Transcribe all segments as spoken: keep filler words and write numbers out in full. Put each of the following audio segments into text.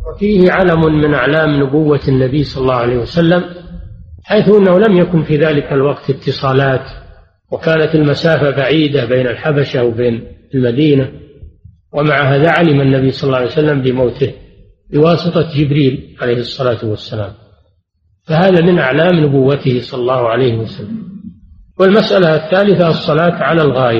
وفيه علم من أعلام نبوة النبي صلى الله عليه وسلم، حيث أنه لم يكن في ذلك الوقت اتصالات، وكانت المسافة بعيدة بين الحبشة وبين المدينة، ومع هذا علم النبي صلى الله عليه وسلم بموته بواسطة جبريل عليه الصلاة والسلام، فهذا من أعلام نبوته صلى الله عليه وسلم. والمسألة الثالثة الصلاة على الغائب،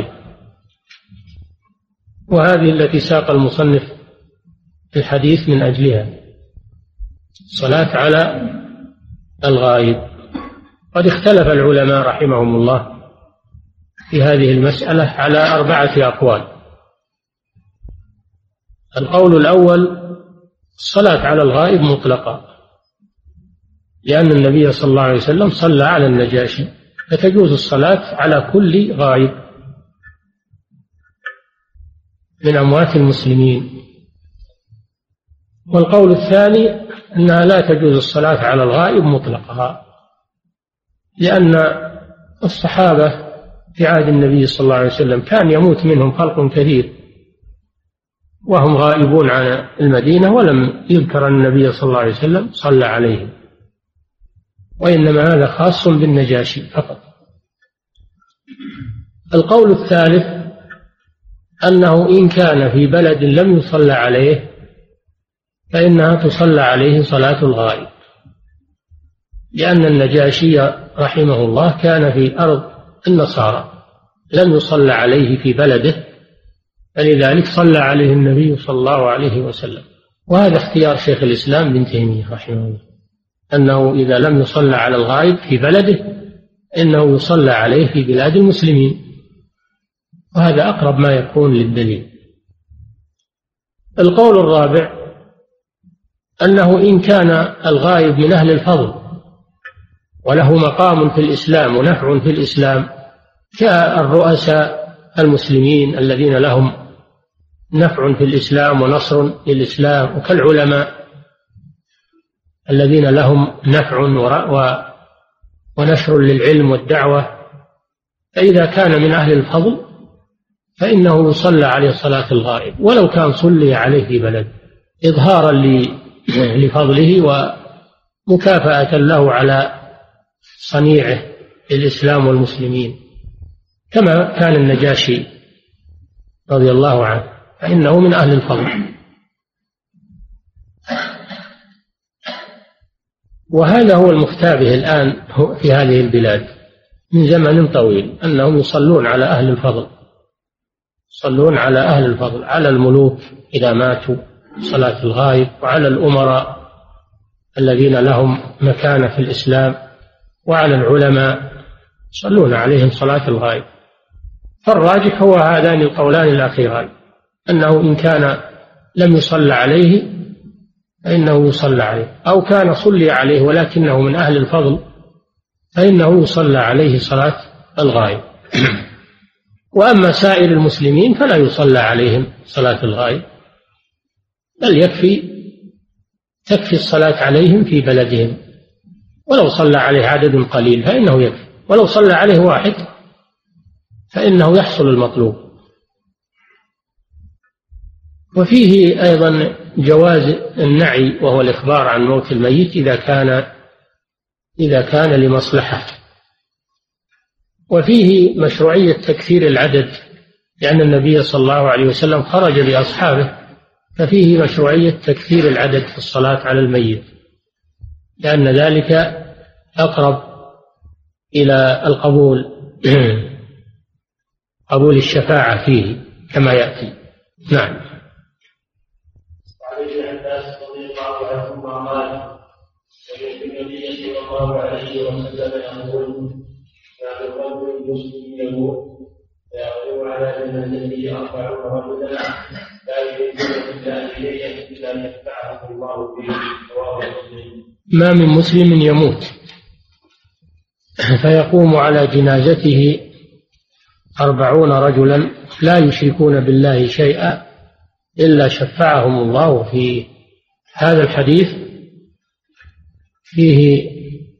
وهذه التي ساق المصنف الحديث من أجلها، الصلاة على الغائب. قد اختلف العلماء رحمهم الله في هذه المسألة على أربعة أقوال. القول الأول الصلاة على الغائب مطلقة، لأن النبي صلى الله عليه وسلم صلى على النجاشي، فتجوز الصلاة على كل غائب من أموات المسلمين. والقول الثاني أنها لا تجوز الصلاة على الغائب مطلقها، لأن الصحابة في عهد النبي صلى الله عليه وسلم كان يموت منهم خلق كثير وهم غائبون عن المدينة، ولم يذكر النبي صلى الله عليه وسلم صلى عليهم، وإنما هذا خاص بالنجاشي فقط. القول الثالث أنه إن كان في بلد لم يصلى عليه فإنها تصلى عليه صلاة الغائب، لأن النجاشي رحمه الله كان في أرض النصارى لم يصلى عليه في بلده، فلذلك صلى عليه النبي صلى الله عليه وسلم. وهذا اختيار شيخ الإسلام ابن تيمية رحمه الله، أنه إذا لم يصلى على الغائب في بلده إنه يصلى عليه في بلاد المسلمين، وهذا أقرب ما يكون للدليل. القول الرابع أنه إن كان الغائب من أهل الفضل وله مقام في الإسلام ونفع في الإسلام كالرؤساء المسلمين الذين لهم نفع في الإسلام ونصر للإسلام، وكالعلماء الذين لهم نفع ونشر للعلم والدعوة، فإذا كان من أهل الفضل فإنه يصلى عليه صلاة الغائب ولو كان صلي عليه في بلد، إظهارا لفضله ومكافأة له على صنيعه للإسلام والمسلمين، كما كان النجاشي رضي الله عنه، فإنه من أهل الفضل. وهذا هو المفتى به الآن في هذه البلاد من زمن طويل، أنهم يصلون على أهل الفضل، يصلون على أهل الفضل، على الملوك إذا ماتوا صلاة الغائب، وعلى الأمراء الذين لهم مكانة في الإسلام، وعلى العلماء يصلون عليهم صلاة الغائب. فالراجح هو هذان القولان الأخيران، أنه إن كان لم يصلى عليه فإنه يصلى عليه، أو كان صلي عليه ولكنه من أهل الفضل فإنه يصلى عليه صلاة الغائب. وأما سائر المسلمين فلا يصلى عليهم صلاة الغائب، بل يكفي تكفي الصلاة عليهم في بلدهم، ولو صلى عليه عدد قليل فإنه يكفي، ولو صلى عليه واحد فإنه يحصل المطلوب. وفيه أيضا جواز النعي، وهو الإخبار عن موت الميت إذا كان إذا كان لمصلحة. وفيه مشروعية تكثير العدد، لأن النبي صلى الله عليه وسلم خرج بأصحابه، ففيه مشروعية تكثير العدد في الصلاة على الميت، لأن ذلك أقرب إلى القبول قبول الشفاعة فيه كما يأتي. نعم. سمعت النبي صلى الله عليه وسلم يقول: كان الرجل المسلم يموت فيقول على جنازته أربعون رجلا لا يريدون بالله إليه إلا أن يتبعهم الله به. رواه مسلم. ما من مسلم يموت فيقوم على جنازته أربعون رجلا لا يشركون بالله شيئا إلا شفعهم الله فيه. هذا الحديث فيه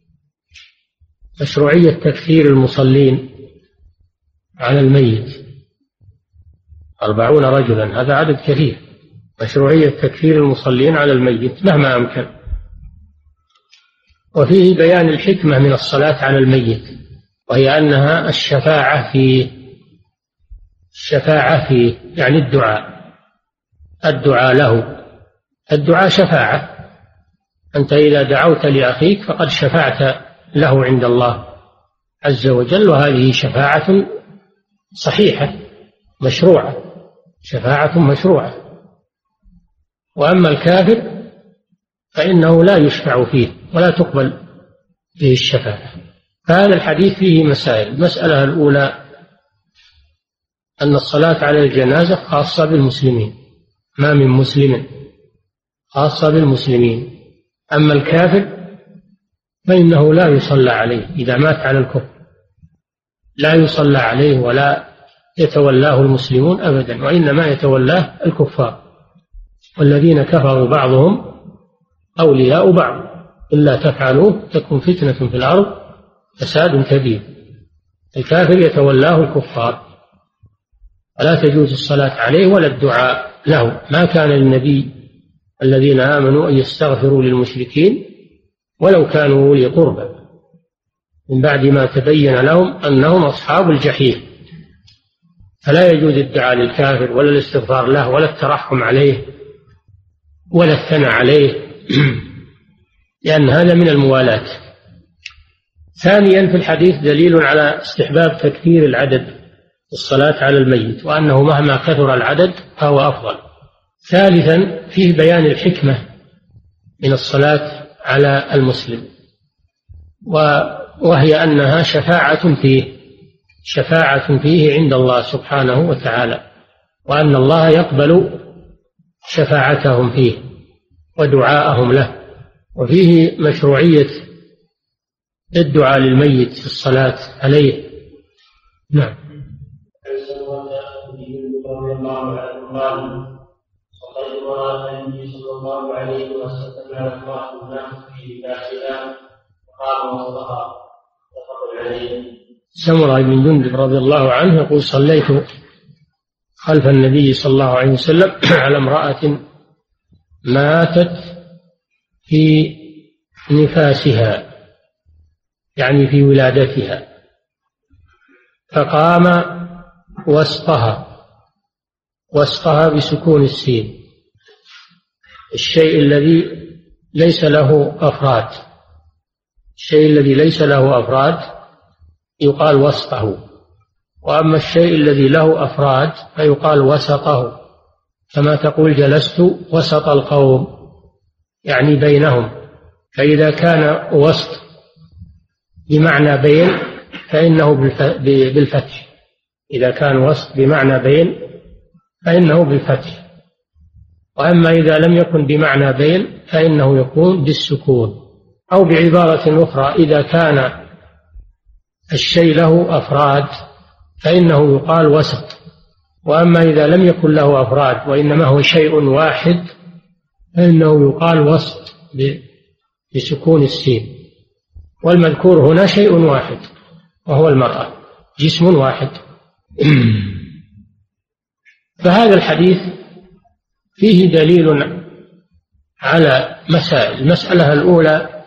مشروعية تكثير المصلين على الميت، أربعون رجلا هذا عدد كثير، مشروعية تكثير المصلين على الميت مهما أمكن. وفيه بيان الحكمة من الصلاة على الميت، وهي أنها الشفاعة فيه، الشفاعة فيه يعني الدعاء، الدعاء له. الدعاء شفاعة، أنت إذا دعوت لأخيك فقد شفعت له عند الله عز وجل، وهذه شفاعة صحيحة مشروعة، شفاعة مشروعة. وأما الكافر فإنه لا يشفع فيه ولا تقبل فيه الشفاعة. فهذا الحديث فيه مسائل. المسألة الأولى أن الصلاة على الجنازة خاصة بالمسلمين، ما من مسلم، خاصة بالمسلمين. أما الكافر فإنه لا يصلى عليه إذا مات على الكفر، لا يصلى عليه ولا يتولاه المسلمون أبدا، وإنما يتولاه الكفار. والذين كفروا بعضهم أولياء بعض إلا تفعلوه تكن فتنة في الأرض فساد كبير. الكافر يتولاه الكفار، فلا تجوز الصلاة عليه ولا الدعاء له. ما كان للنبي الذين آمنوا أن يستغفروا للمشركين ولو كانوا أولي قربى من بعد ما تبين لهم أنهم أصحاب الجحيم. فلا يجوز الدعاء للكافر ولا الاستغفار له ولا الترحم عليه ولا الثناء عليه لأن هذا من الموالاة. ثانيا في الحديث دليل على استحباب تكثير العدد الصلاة على الميت، وأنه مهما كثر العدد فهو أفضل. ثالثا فيه بيان الحكمة من الصلاة على المسلم، وهي أنها شفاعة فيه، شفاعة فيه عند الله سبحانه وتعالى، وأن الله يقبل شفاعتهم فيه ودعاءهم له. وفيه مشروعية الدعاء للميت في الصلاة عليه. نعم. رضي الله عنه قال: صليت وراء النبي صلى الله عليه وسلم على امرأة الناس في لباسها وقام وسطها متفق عليه. سمرة بن جندب رضي الله عنه يقول: صليت خلف النبي صلى الله عليه وسلم على امرأة ماتت في نفاسها، يعني في ولادتها، فقام وسطها، وسطها بسكون السين، الشيء الذي ليس له أفراد، الشيء الذي ليس له أفراد يقال وسطه، وأما الشيء الذي له أفراد فيقال وسطه، كما تقول جلست وسط القوم، يعني بينهم. فإذا كان وسط بمعنى بين فإنه بالفتح، إذا كان وسط بمعنى بين فإنه بالفتح، وأما إذا لم يكن بمعنى بين فإنه يكون بالسكون. أو بعبارة أخرى، إذا كان الشيء له أفراد فإنه يقال وسط، وأما إذا لم يكن له أفراد وإنما هو شيء واحد فإنه يقال وسط بسكون السين. والمذكور هنا شيء واحد وهو المرأة، جسم واحد. فهذا الحديث فيه دليل على مسائل. المسألة الأولى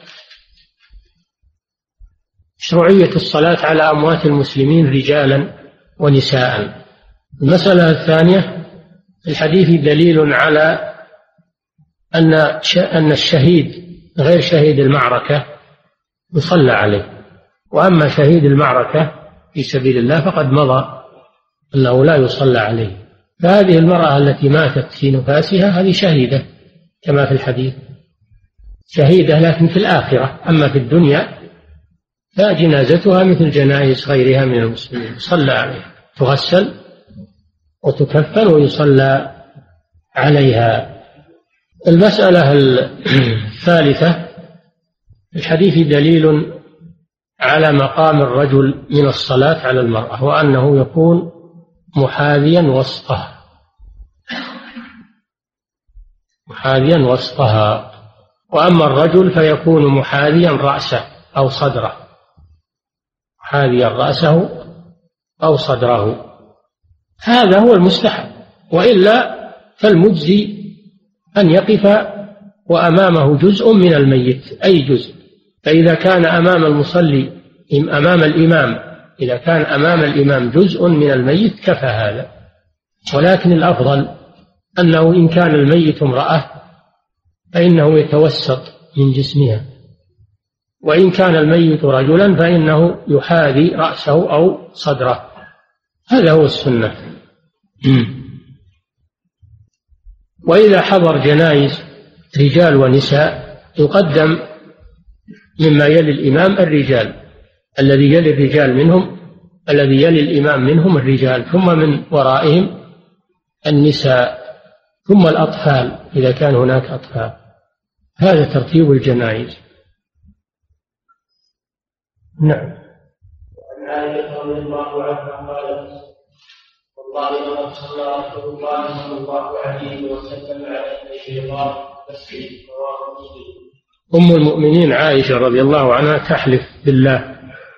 مشروعية الصلاة على أموات المسلمين رجالا ونساء. المسألة الثانية في الحديث دليل على أن أن الشهيد غير شهيد المعركة يصلى عليه، وأما شهيد المعركة في سبيل الله فقد مضى أنه لا يصلى عليه. فهذه المرأة التي ماتت في نفاسها هذه شهيدة كما في الحديث، شهيدة لكن في الآخرة. أما في الدنيا فجنازتها مثل جنائز غيرها من المسلمين، يصلى عليها، تغسل وتكفن ويصلى عليها. المسألة الثالثة الحديث دليل على مقام الرجل من الصلاة على المرأة، وأنه يكون محاذيا وسطها، محاذيا وسطها. وأما الرجل فيكون محاذيا رأسه أو صدره، محاذيا رأسه أو صدره. هذا هو المستحب، وإلا فالمجزي أن يقف وأمامه جزء من الميت، أي جزء. فإذا كان أمام المصلي أمام الإمام إذا كان أمام الإمام جزء من الميت كفى هذا. ولكن الأفضل أنه إن كان الميت امرأة فإنه يتوسط من جسمها، وإن كان الميت رجلا فإنه يحاذي رأسه أو صدره. هذا هو السنة. وإذا حضر جنائز رجال ونساء يقدم مما يلي الإمام الرجال، الذي يلي الرجال منهم الذي يلي الإمام منهم الرجال، ثم من ورائهم النساء، ثم الأطفال إذا كان هناك أطفال. هذا ترتيب الجنائز. نعم. وعن عائشة رضي الله عنها قالت: والله لقد صلى رسول الله صلى الله عليه وسلم على ابن شيطان مسجد. رواه مسلم. أم المؤمنين عائشة رضي الله عنها تحلف بالله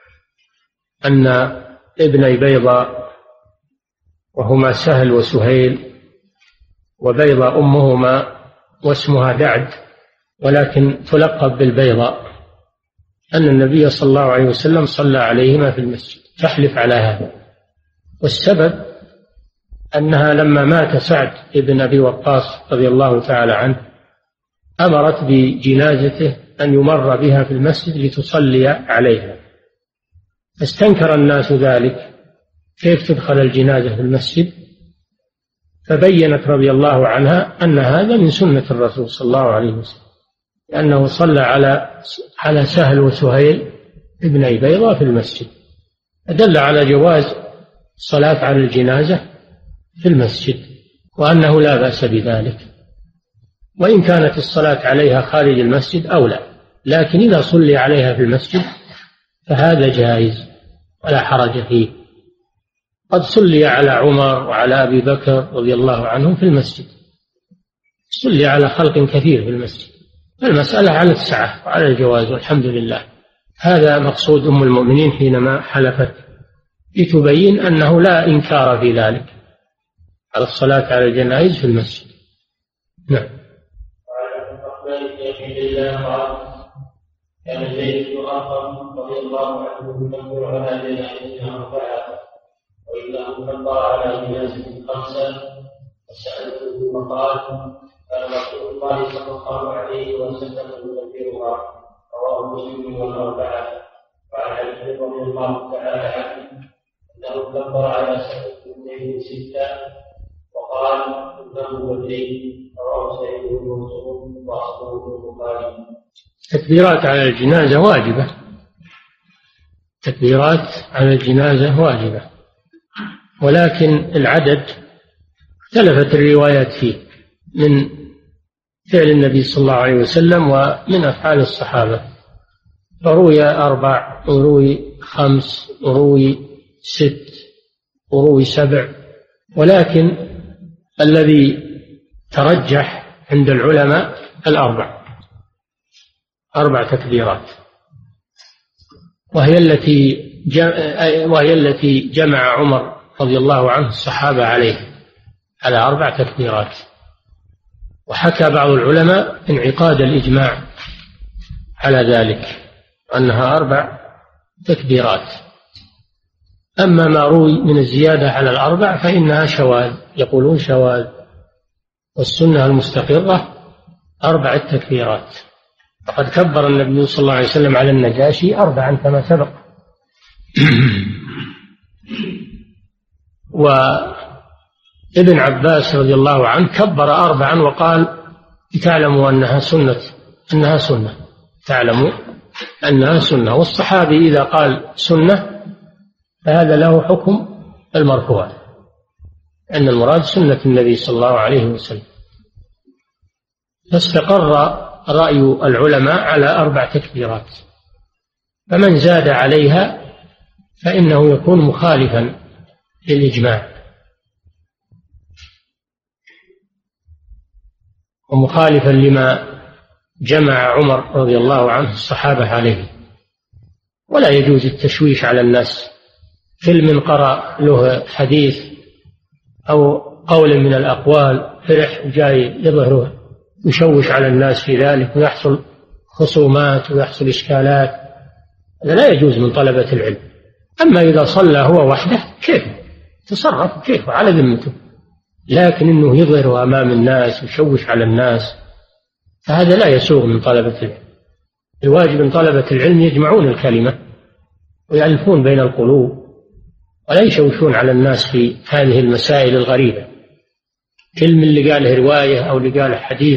أن ابني بيضة، وهما سهل وسهيل، وبيضة أمهما واسمها دعد ولكن تلقب بالبيضاء، أن النبي صلى الله عليه وسلم صلى عليهما في المسجد، تحلف على هذا. والسبب أنها لما مات سعد بن أبي وقاص رضي الله تعالى عنه أمرت بجنازته أن يمر بها في المسجد لتصلي عليها، فاستنكر الناس ذلك، كيف تدخل الجنازة في المسجد؟ فبينت رضي الله عنها أن هذا من سنة الرسول صلى الله عليه وسلم، لأنه صلى على على سهل وسهيل ابني بيضة في المسجد، أدل على جواز الصلاة على الجنازة في المسجد، وأنه لا بأس بذلك، وإن كانت الصلاة عليها خارج المسجد أولى، لكن إذا صلي عليها في المسجد فهذا جائز ولا حرج فيه. قد صلي على عمر وعلى أبي بكر رضي الله عنهم في المسجد، صلي على خلق كثير في المسجد، فالمسألة على السعة وعلى الجواز والحمد لله. هذا مقصود أم المؤمنين حينما حلفت، لتبين أنه لا إنكار في ذلك على الصلاة على الجنائز في المسجد. نعم. وعن الرحمن بن يزيد قال: كان زيد بن أرقم رضي الله عنه يكبر على جنازة أربعة، وإنه كبر على جنازة خمسة، فسألته فقال: كان رسول الله صلى الله عليه وسلم يكبرها. رواه مسلم والأربعة. وعن علي رضي الله تعالى عنه أنه كبر على سبع اثنين ستة وقال: إنه بدري. رواه سعيد بن منصور وأصله البخاري. تكبيرات على الجنازة واجبة، تكبيرات على الجنازة واجبة، ولكن العدد اختلفت الروايات فيه، من فعل النبي صلى الله عليه وسلم ومن أفعال الصحابة، فروي أربع وروي خمس وروي ست وروي سبع، ولكن الذي ترجح عند العلماء الأربع، أربع تكبيرات، وهي التي وهي التي جمع عمر رضي الله عنه الصحابة عليه، على أربع تكبيرات. وحكى بعض العلماء انعقاد الإجماع على ذلك، أنها أربع تكبيرات. أما ما روي من الزيادة على الأربع فإنها شواذ، يقولون شواذ، والسنة المستقرة أربع التكبيرات. فقد كبر النبي صلى الله عليه وسلم على النجاشي أربعا كما سبق. وابن عباس رضي الله عنه كبر أربعا وقال: تعلموا أنها سنة، أنها سنة، تعلموا أنها سنة. والصحابي إذا قال سنة فهذا له حكم المرفوع، أن المراد سنة النبي صلى الله عليه وسلم. فاستقر رأي العلماء على أربع تكبيرات، فمن زاد عليها فإنه يكون مخالفا للإجماع ومخالفا لما جمع عمر رضي الله عنه الصحابة عليه. ولا يجوز التشويش على الناس، كل من قرأ له حديث أو قول من الأقوال فرح جاي يظهره يشوش على الناس في ذلك ويحصل خصومات ويحصل إشكالات، هذا لا يجوز من طلبة العلم. أما إذا صلى هو وحده كيف تصرف كيف على ذمته، لكن إنه يظهر أمام الناس ويشوش على الناس فهذا لا يسوغ من طلبة العلم. الواجب من طلبة العلم يجمعون الكلمة ويألفون بين القلوب ولا يشوشون على الناس في هذه المسائل الغريبة. كلمة اللي قاله رواية أو اللي قاله حديث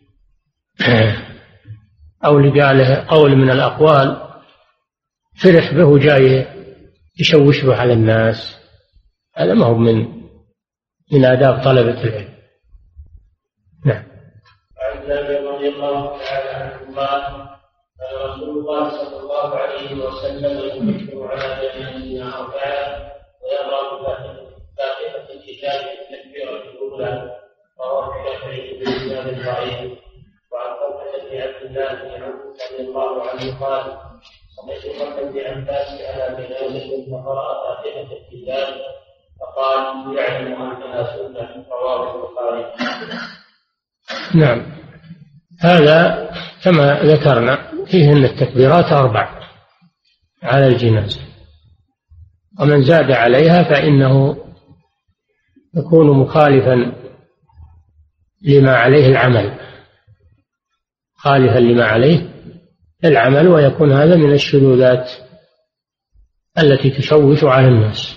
أو اللي قاله قول من الأقوال فرح به جاي يشوش به على الناس، هذا ما هو من من آداب طلبة العلم. نعم. عن جابر رضي الله تعالى عنه قال قال رسول الله صلى الله عليه وسلم يذكر على جنازتنا أربعة ويقرأ فاتحة الكتاب التكبيرة الأولى رواه الشافعي بإسناد ضعيف. وعن طلحة بن عبد الله بن عمرو رضي الله عنه قال سمعت طلحة بن عباس على جنازة فقرأ فاتحة الكتاب فقال يعلم أنها سنة رواه البخاري. نعم، هذا كما ذكرنا فيه أن التكبيرات أربع على الجنازة، ومن زاد عليها فإنه يكون مخالفا لما عليه العمل خالفا لما عليه العمل ويكون هذا من الشذوذات التي تشوش على الناس.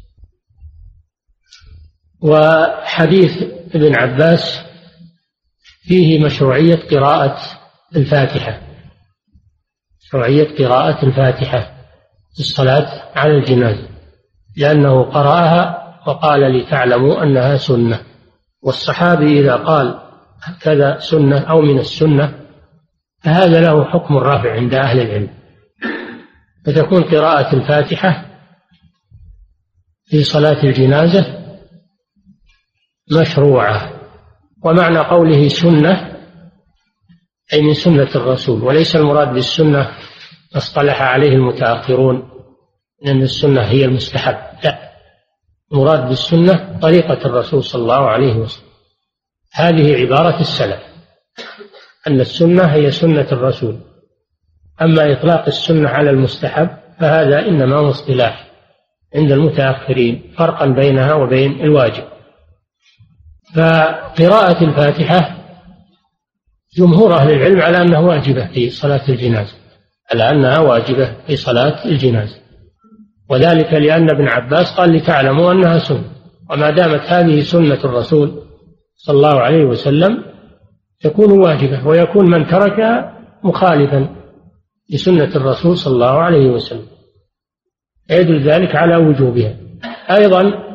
وحديث ابن عباس فيه مشروعية قراءة الفاتحة مشروعية قراءة الفاتحة في الصلاة على الجنازة، لأنه قرأها وقال لتعلموا أنها سنة. والصحابي إذا قال كذا سنة أو من السنة فهذا له حكم الرافع عند أهل العلم، فتكون قراءة الفاتحة في صلاة الجنازة مشروعة. ومعنى قوله سنة أي من سنة الرسول، وليس المراد بالسنة اصطلح عليه المتأخرون أن السنة هي المستحب، لا، المراد بالسنة طريقة الرسول صلى الله عليه وسلم. هذه عبارة السلف أن السنة هي سنة الرسول. أما إطلاق السنة على المستحب فهذا إنما هو اصطلاح عند المتأخرين فرقا بينها وبين الواجب. فقراءة الفاتحة جمهور أهل العلم على أنها واجبة في صلاة الجنازة على أنها واجبة في صلاة الجنازة، وذلك لأن ابن عباس قال لتعلموا أنها سنة، وما دامت هذه سنة الرسول صلى الله عليه وسلم تكون واجبة، ويكون من تركها مخالفا لسنة الرسول صلى الله عليه وسلم، يدل ذلك على وجوبها. أيضا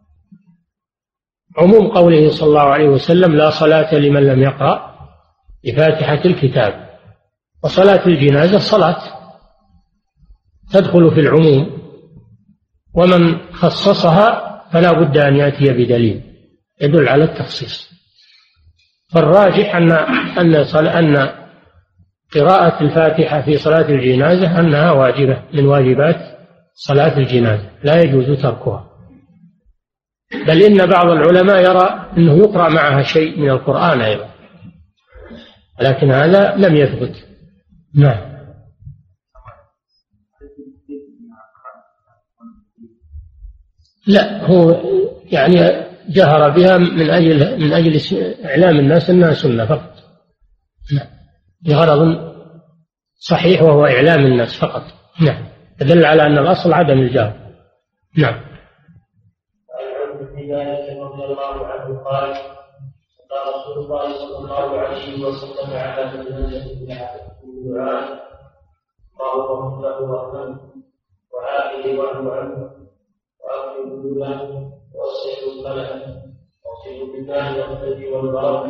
عموم قوله صلى الله عليه وسلم لا صلاة لمن لم يقرأ بفاتحة الكتاب، وصلاة الجنازة صلاة تدخل في العموم، ومن خصصها فلا بد أن يأتي بدليل يدل على التخصيص. فالراجح أن أن أن قراءة الفاتحة في صلاة الجنازة أنها واجبة من واجبات صلاة الجنازة لا يجوز تركها، بل إن بعض العلماء يرى أنه يقرأ معها شيء من القرآن أيضا، لكن هذا لم يثبت. نعم. لا، هو يعني جهر بها من أجل من أجل إعلام الناس أنها سنة فقط، بغرض صحيح وهو إعلام الناس فقط. نعم، يدل على أن الأصل عدم الجهر. نعم. رضي الله عنه قال قال رسول الله صلى الله عليه وسلم على جنازة الدعاء اللهم له وارحمه وعافه واعف عنه وأكرم نزله ووسع مدخله واغسله بالماء والثلج والبرد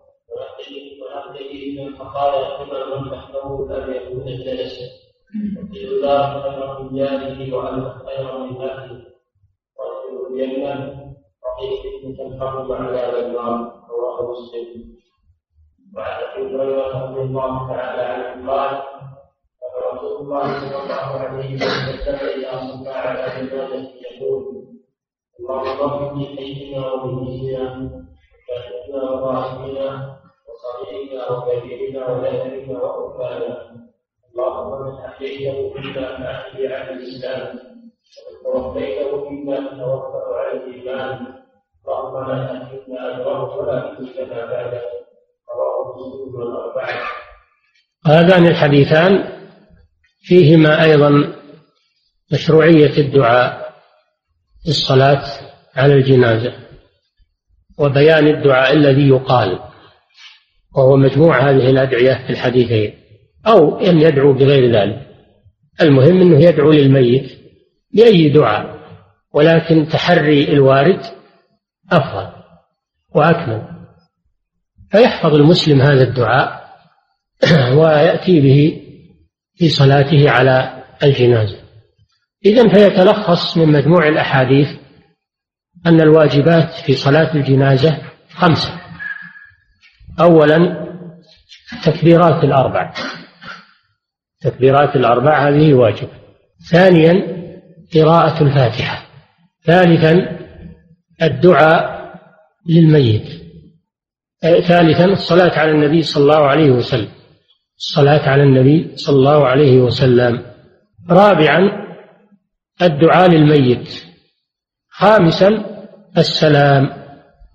ونقيه من الخطايا كما من تحته لم يكون جلسا وقيل الله خيرا من جاره وأنت خيرا من أهله وأدخله الجنة وقيل تنحر مع عذاب النار رواه مسلم. وعن ابي هريره رضي الله تعالى عنه قال قال رسول الله صلى الله عليه وسلم اذا صلى على جنازه يقول اللهم اغفر لحينا وميتنا وشاهدنا وغائبنا صغيرنا وكبيرنا وذكرنا وأنثانا، اللهم من أحييته منا فأحيي على الإسلام، ومن توفيته منا فتوفه على الإيمان، اللهم لا تحرمنا أجره ولا تفتنا بعده. رواه مسلم والأربعة. هذان الحديثان فيهما أيضا مشروعية الدعاء في الصلاة على الجنازة، وبيان الدعاء الذي يقال، وهو مجموع هذه الأدعية في الحديثين، أو أن يدعو بغير ذلك. المهم أنه يدعو للميت بأي دعاء، ولكن تحري الوارد أفضل وأكمل، فيحفظ المسلم هذا الدعاء ويأتي به في صلاته على الجنازة. إذن فيتلخص من مجموع الأحاديث أن الواجبات في صلاة الجنازة خمسة. أولا تكبيرات الأربع، تكبيرات الأربع هذه واجب. ثانيا قراءة الفاتحة. ثالثا الدعاء للميت. ثالثا الصلاة على النبي صلى الله عليه وسلم، الصلاة على النبي صلى الله عليه وسلم. رابعا الدعاء للميت. خامسا السلام.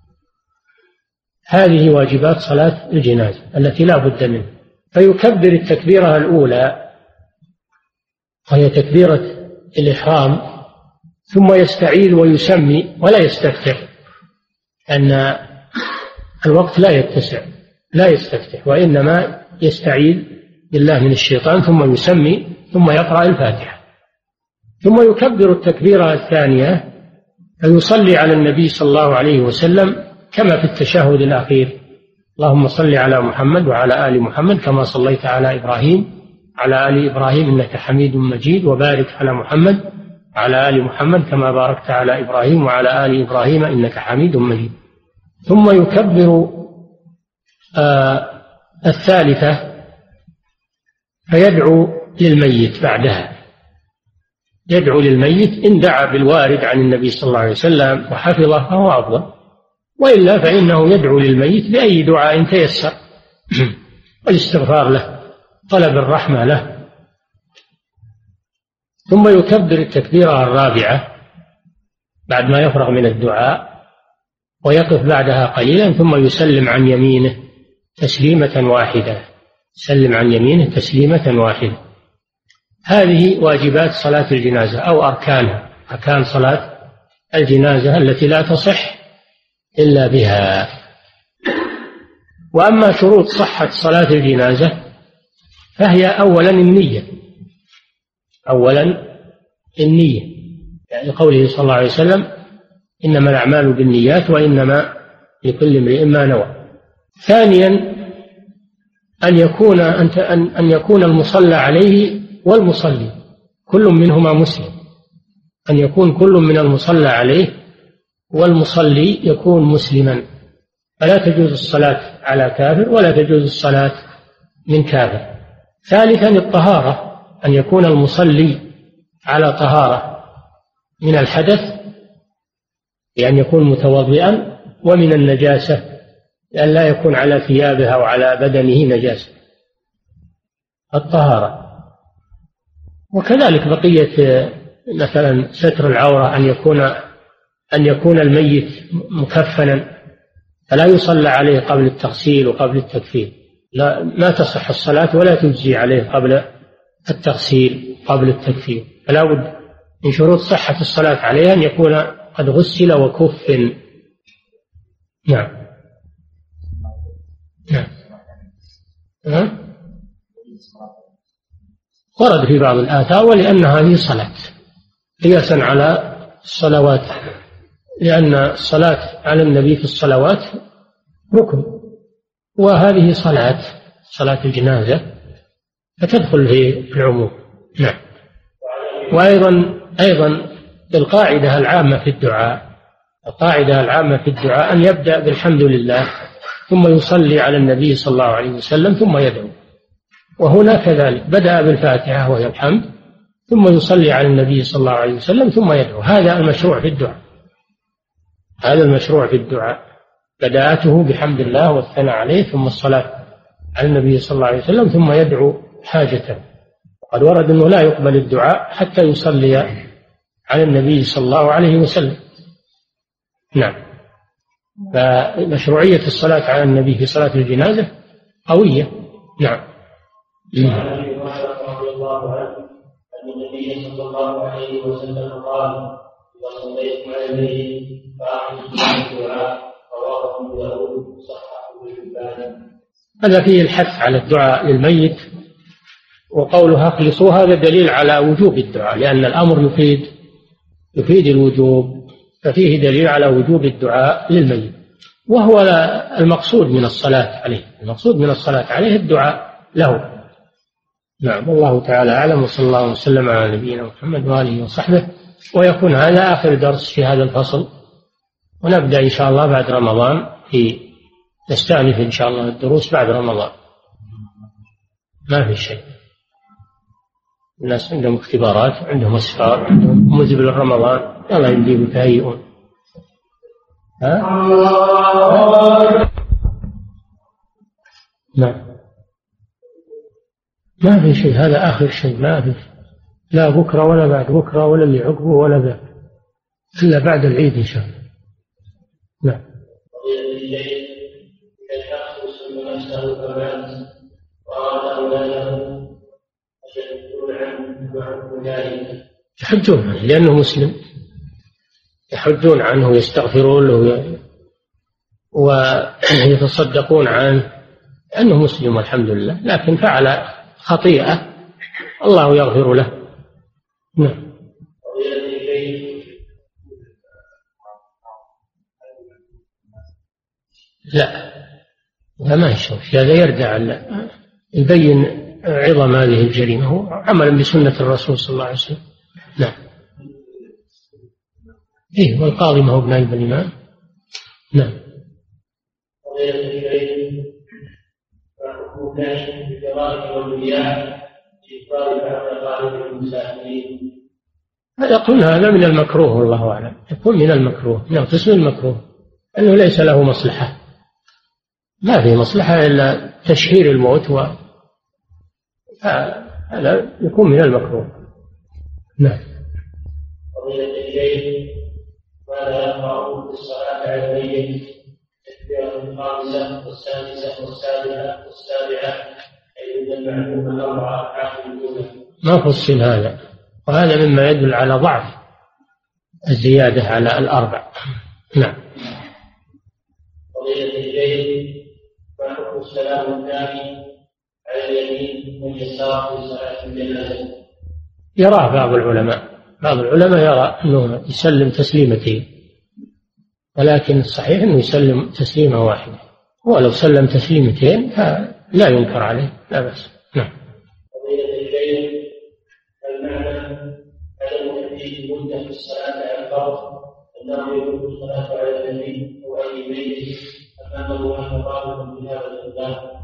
هذه واجبات صلاة الجنازة التي لا بد منها. فيكبر التكبيرة الأولى وهي تكبيرة الإحرام، ثم يستعيذ ويسمي ولا يستفتح، أن الوقت لا يتسع، لا يستفتح، وإنما يستعيذ بالله من الشيطان، ثم يسمي، ثم يقرأ الفاتحة، ثم يكبر التكبيرة الثانية فيصلي على النبي صلى الله عليه وسلم كما في التشهد الأخير: اللهم صل على محمد وعلى آل محمد كما صليت على إبراهيم على آل إبراهيم إنك حميد مجيد، وبارك على محمد وعلى آل محمد كما باركت على إبراهيم وعلى آل إبراهيم إنك حميد مجيد. ثم يكبر آه الثالثة فيدعو للميت بعدها، يدعو للميت إن دعا بالوارد عن النبي صلى الله عليه وسلم وحفظه فهو أفضل، وإلا فإنه يدعو للميت بأي دعاء تيسر، والاستغفار له، طلب الرحمة له. ثم يكبر التكبيرة الرابعة بعد ما يفرغ من الدعاء، ويقف بعدها قليلا، ثم يسلم عن يمينه تسليمة واحدة، يسلم عن يمينه تسليمة واحدة. هذه واجبات صلاة الجنازة أو أركانها، أركان صلاة الجنازة التي لا تصح إلا بها. وأما شروط صحة صلاة الجنازة فهي أولا النية، أولا النية، يعني قوله صلى الله عليه وسلم: إنما الأعمال بالنيات وإنما لكل امرئ ما نوى. ثانيا أن يكون أن يكون المصلى عليه والمصلي كل منهما مسلم، أن يكون كل من المصلى عليه والمصلي يكون مسلما، فلا تجوز الصلاة على كافر ولا تجوز الصلاة من كافر. ثالثا الطهارة، أن يكون المصلي على طهارة من الحدث بأن يكون متوضئا، ومن النجاسة لأن لا يكون على ثيابه أو على بدنه نجاسة، الطهارة. وكذلك بقية مثلا ستر العورة، أن يكون أن يكون الميت مكفنا فلا يصلى عليه قبل التغسيل وقبل التكفين، لا ما تصح الصلاة ولا تجزي عليه قبل التغسيل قبل التكفين. فلا بد من شروط صحة الصلاة عليه أن يكون قد غسل وكفن. نعم نعم نعم ورد في بعض الآثار: ولأن هذه صلاة، قياسا على الصلوات، لأن الصلاة على النبي في الصلوات ركن، وهذه صلاة صلاة الجنازة فتدخل في العموم. نعم. وأيضا أيضا القاعدة العامة في الدعاء، القاعدة العامة في الدعاء أن يبدأ بالحمد لله، ثم يصلي على النبي صلى الله عليه وسلم، ثم يدعو. وهنا كذلك بدأ بالفاتحة وهي الحمد، ثم يصلي على النبي صلى الله عليه وسلم، ثم يدعو. هذا المشروع في الدعاء، هذا المشروع في الدعاء. بداءته بحمد الله والثناء عليه، ثم الصلاة على النبي صلى الله عليه وسلم، ثم يدعو حاجته. وقد ورد أنه لا يقبل الدعاء حتى يصلي على النبي صلى الله عليه وسلم. نعم. فمشروعية الصلاة على النبي في صلاة الجنازة قوية. نعم. وعن ابي هريره رضي الله عنه ان النبي صلى الله عليه وسلم قال: اذا صليتم على الميت فاعطوا الدعاء. رواه ابو داود صححه ابن حبان. هذا فيه الحث على الدعاء للميت، وقولها اخلصوا هذا دليل على وجوب الدعاء، لأن الأمر يفيد يفيد الوجوب، ففيه دليل على وجوب الدعاء للميت، وهو المقصود من الصلاة عليه. المقصود من الصلاة عليه الدعاء له. نعم. والله تعالى أعلم، وصلى الله وسلم على نبينا محمد وآله وصحبه. ويكون هذا آخر درس في هذا الفصل، ونبدأ إن شاء الله بعد رمضان، في نستأنف إن شاء الله الدروس بعد رمضان. ما في شيء، الناس عندهم اختبارات، عندهم أسفار، عندهم مزبل رمضان، يلا يمديهم يتهيئون. ها؟ نعم. ما في شيء، هذا آخر شيء، ما في لا بكرة ولا بعد بكرة ولا اللي عقبه ولا ذاك، إلا بعد العيد إن شاء الله. نعم. يحجون عنه لأنه مسلم، يحجون عنه ويستغفرون له ويتصدقون عنه لأنه مسلم والحمد لله، لكن فعل خطيئة الله يغفر له. نعم. لا لا ما يشوف هذا، يردع يبين عظم هذه الجريمة، هو عملا بسنة الرسول صلى الله عليه وسلم. نعم. إيه، والقاضي ما هو بنائب الإمام. نعم. يقول هذا من المكروه والله أعلم، يكون من المكروه، من قسم المكروه، أنه ليس له مصلحة، ما في مصلحة إلا تشهير الموت، هذا يكون من المكروه. نعم. قضية الليل ماذا يقرأ في الصلاة على الميت؟ التكبيرة الخامسة والسادسة والسابعة والسابعة، أي المعلومة الأربعة ركعات الأولى. ما فصل هذا، وهذا مما يدل على ضعف الزيادة على الأربع. نعم. قضية الليل ما حكم السلام الثاني على اليمين واليسار في صلاة الجنازة؟ يراه بعض العلماء، بعض العلماء يرى أنه يسلم تسليمتين، ولكن الصحيح أنه يسلم تسليمة واحدة، ولو سلم تسليمتين لا ينكر عليه، لا بأس. نعم. قضية الليل المعنى عدم تحديد مدة في الصلاة على الفرض، أنه يجوز الصلاة على النبي أو أي ميت أمامه وأنه بهذا الإسلام.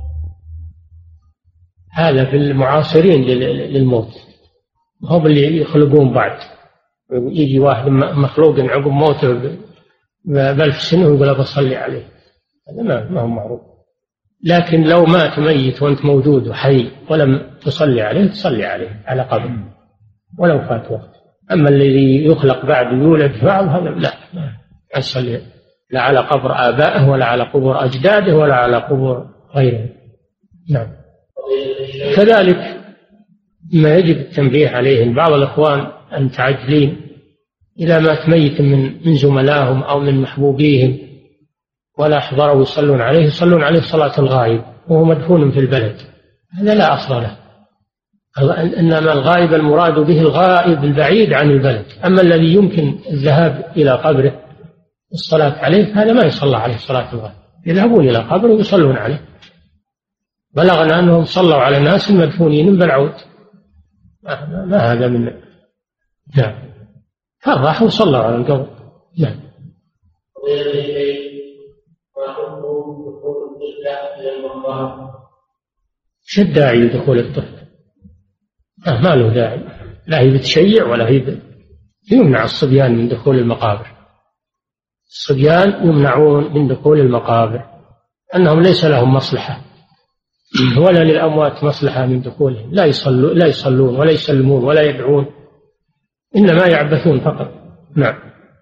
هذا في المعاصرين للموت، هم اللي يخلقون بعد، يجي واحد مخلوق عقب موته بألف سنة ويقول بصلي عليه، هذا ما هو معروف. لكن لو مات ميت وأنت موجود وحي ولم تصلي عليه، تصلي عليه على قبر ولو فات وقت. أما الذي يخلق بعد يولد بعض، هذا لا ما يصلي لا على قبر آبائه ولا على قبور أجداده ولا على قبور غيره. نعم. كذلك ما يجب التنبيه عليه بعض الأخوان المتعجلين إذا مات ميت من من زملائهم أو من محبوبيهم ولا حضروا يصلون عليه، يصلون عليه صلاة الغائب وهو مدفون في البلد، هذا لا أصل له. إنما الغائب المراد به الغائب البعيد عن البلد، أما الذي يمكن الذهاب إلى قبره الصلاة عليه هذا ما يصلى عليه صلاة الغائب، يذهبون إلى قبره ويصلون عليه. بلغنا أنهم صلوا على ناس مدفونين بالعود، ما, ما هذا من. نعم. فرحوا وصلوا على القبر. نعم. شو الداعي لدخول الطفل؟ آه ما له داعي، لا هي بتشيع ولا هي يمنع الصبيان من دخول المقابر، الصبيان يمنعون من دخول المقابر، أنهم ليس لهم مصلحة ولا للأموات مصلحة من دخولهم، لا يصلون لا يصلون ولا يسلمون ولا يدعون، إنما يعبثون فقط. نعم.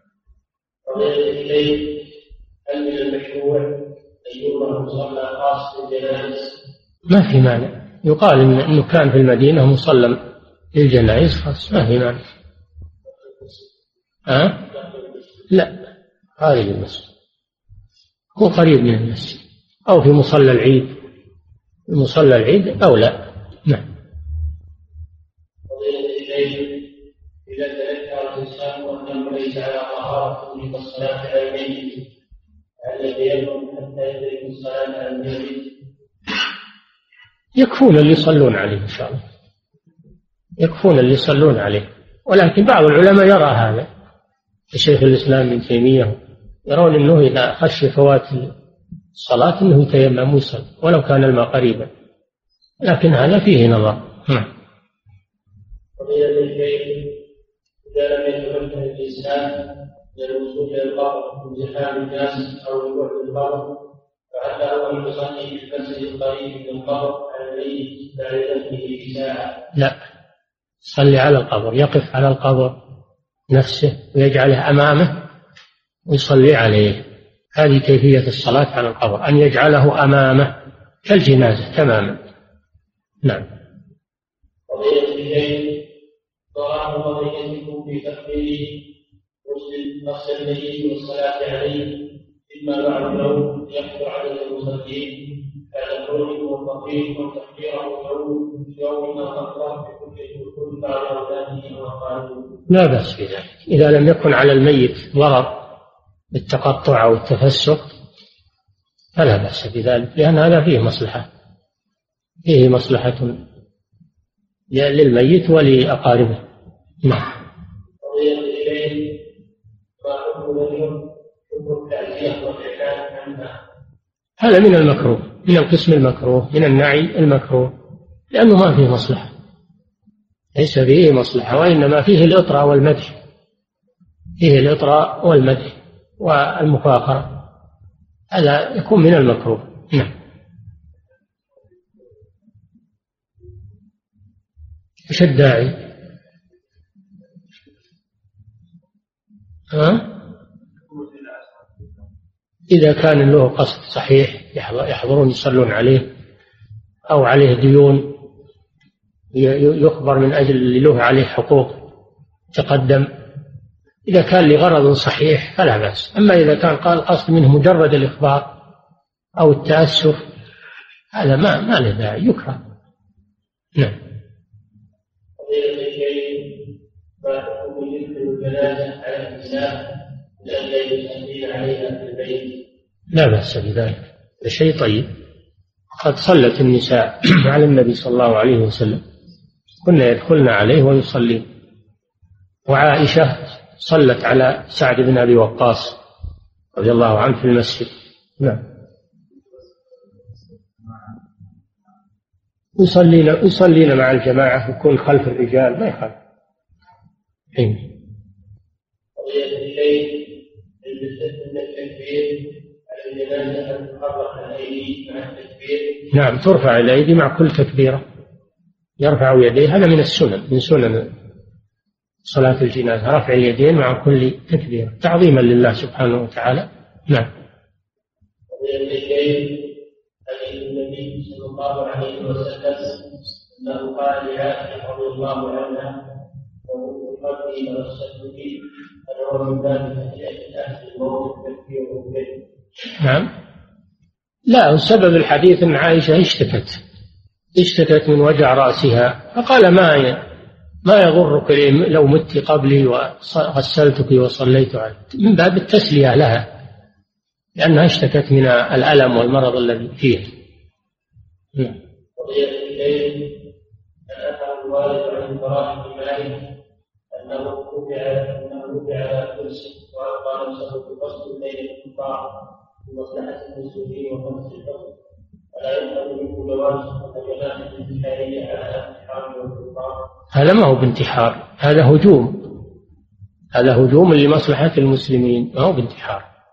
هل من المشروع أن يوضع مصلى خاص بالجنائز؟ ما في مانع، يقال إن إنه كان في المدينة مصلى للجنائز خاص، ما في مانع. أه؟ لا، خارج المسجد، هو قريب من المسجد، أو في مصلى العيد، في مصلى العيد أو لا. نعم. إذا تذكر الإنسان وأنه ليس على طهارة من الصلاة على الميت، الذي يكون حتى يدرك الصلاة على الميت؟ يكفون اللي يصلون عليه إن شاء الله، يكفون اللي يصلون عليه، ولكن بعض العلماء يرى هذا، الشيخ الإسلام ابن تيمية يرون أنه إذا خش فوات الصلاة أنه يتيمم ويصلي ولو كان الماء قريبا، لكن هذا فيه نظر. فضيلة الشيخ، إذا لم يتمكن الإنسان من الوصول إلى القبر من زحام الناس أو من بعد القبر، فهل له أن يصلي في المسجد القريب من القبر على الميت بعد دفنه في ساعة؟ لا، صلي على القبر، يقف على القبر نفسه ويجعله أمامه ويصلي عليه. هذه كيفية الصلاة على القبر، أن يجعله أمامه كالجنازة تماما. نعم. قضية الشيء ضرر قضيتكم في تقبيل غسل الميت والصلاة عليه، إما بعد لو يحضر عدد المصلين بعد خروجه والتطهير والتكبير واليوم يوم ما أقرأ بكل بعض أولاده وقالوا. لا بأس بذلك إذا لم يكن على الميت ضرر بالتقطع أو التفسق، فلا بأس بذلك، لأن هذا فيه مصلحة، فيه مصلحة للميت ولأقاربه. نعم. قضية الليل ما حكم اليوم حكم التعزية والإعلان عنها؟ هذا من المكروه، من القسم المكروه، من النعي المكروه، لأنه ما فيه مصلحة، ليس فيه مصلحة، وإنما فيه الإطراء والمدح، فيه الإطراء والمدح والمفاخرة، هذا يكون من المكروه. نعم. ايش الداعي؟ ها؟ إذا كان له قصد صحيح يحضرون يصلون عليه، أو عليه ديون يخبر من أجل اللي له عليه حقوق تقدم، إذا كان لغرض صحيح فلا بأس. أما إذا كان قال قصد منه مجرد الإخبار أو التأسف، هذا ما ما له داعي، يكره. نعم. قضية الشيء ما حكم يدخل الجنازة على النساء لأن يصلين عليها في البيت؟ لا بأس بذلك، هذا شيء طيب. قد صلت النساء على النبي صلى الله عليه وسلم، كنا يدخلن عليه ويصلين، وعائشة صلت على سعد بن أبي وقاص رضي الله عنه في المسجد. نعم. يصلين يصلين مع الجماعة، يكون خلف الرجال ما يخالف. قضية الليل بالنسبة للتكبير على الجنازة أن تحرك الأيدي مع التكبير؟ نعم، ترفع الأيدي مع كل تكبيرة، يرفع يديه، هذا من السنن، من سنن صلاة الجنازة، رفع اليدين مع كل تكبيرة تعظيما لله سبحانه وتعالى. نعم. قضية الليل حديث النبي صلى الله عليه وسلم أنه قال لعائشة رضي الله عنها وهو قلبي ورسلت به أنا من باب تهيئة أهل الموت تكفيره به. نعم. لا، وسبب الحديث أن عائشة اشتكت اشتكت من وجع رأسها، فقال ما ما يضرك لو مت قبلي وغسلتك وصليت عليك، من باب التسلية لها، لأنها اشتكت من الألم والمرض الذي فيه. نعم. قضية الليل أن أثر الوالد عن البراء بن مالك أنه رفع أنه رفع على كرسي وألقى نفسه في فصل بين الكفار لمصلحة المسلمين وخمس الفصل، فلا يفهم منه جواز الجنازة الانتحارية على انتحار والكفار. هذا ما هو بانتحار، هذا هجوم، هذا هجوم لمصلحة المسلمين، ما هو بانتحار.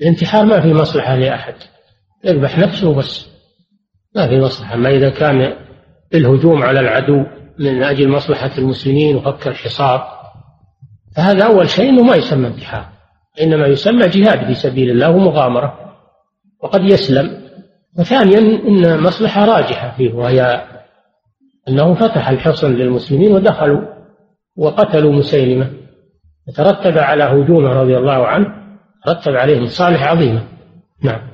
الانتحار ما في مصلحة لأحد، يذبح نفسه بس، ما في مصلحة. أما إذا كان الهجوم على العدو من أجل مصلحة المسلمين وفك الحصار فهذا أول شيء أنه ما يسمى انتحار، إنما يسمى جهاد في سبيل الله ومغامرة وقد يسلم. وثانيا إن مصلحة راجحة فيه، وهي أنه فتح الحصن للمسلمين ودخلوا وقتلوا مسيلمة، وترتب على هجومه رضي الله عنه ترتب عليه مصالح عظيمة. نعم.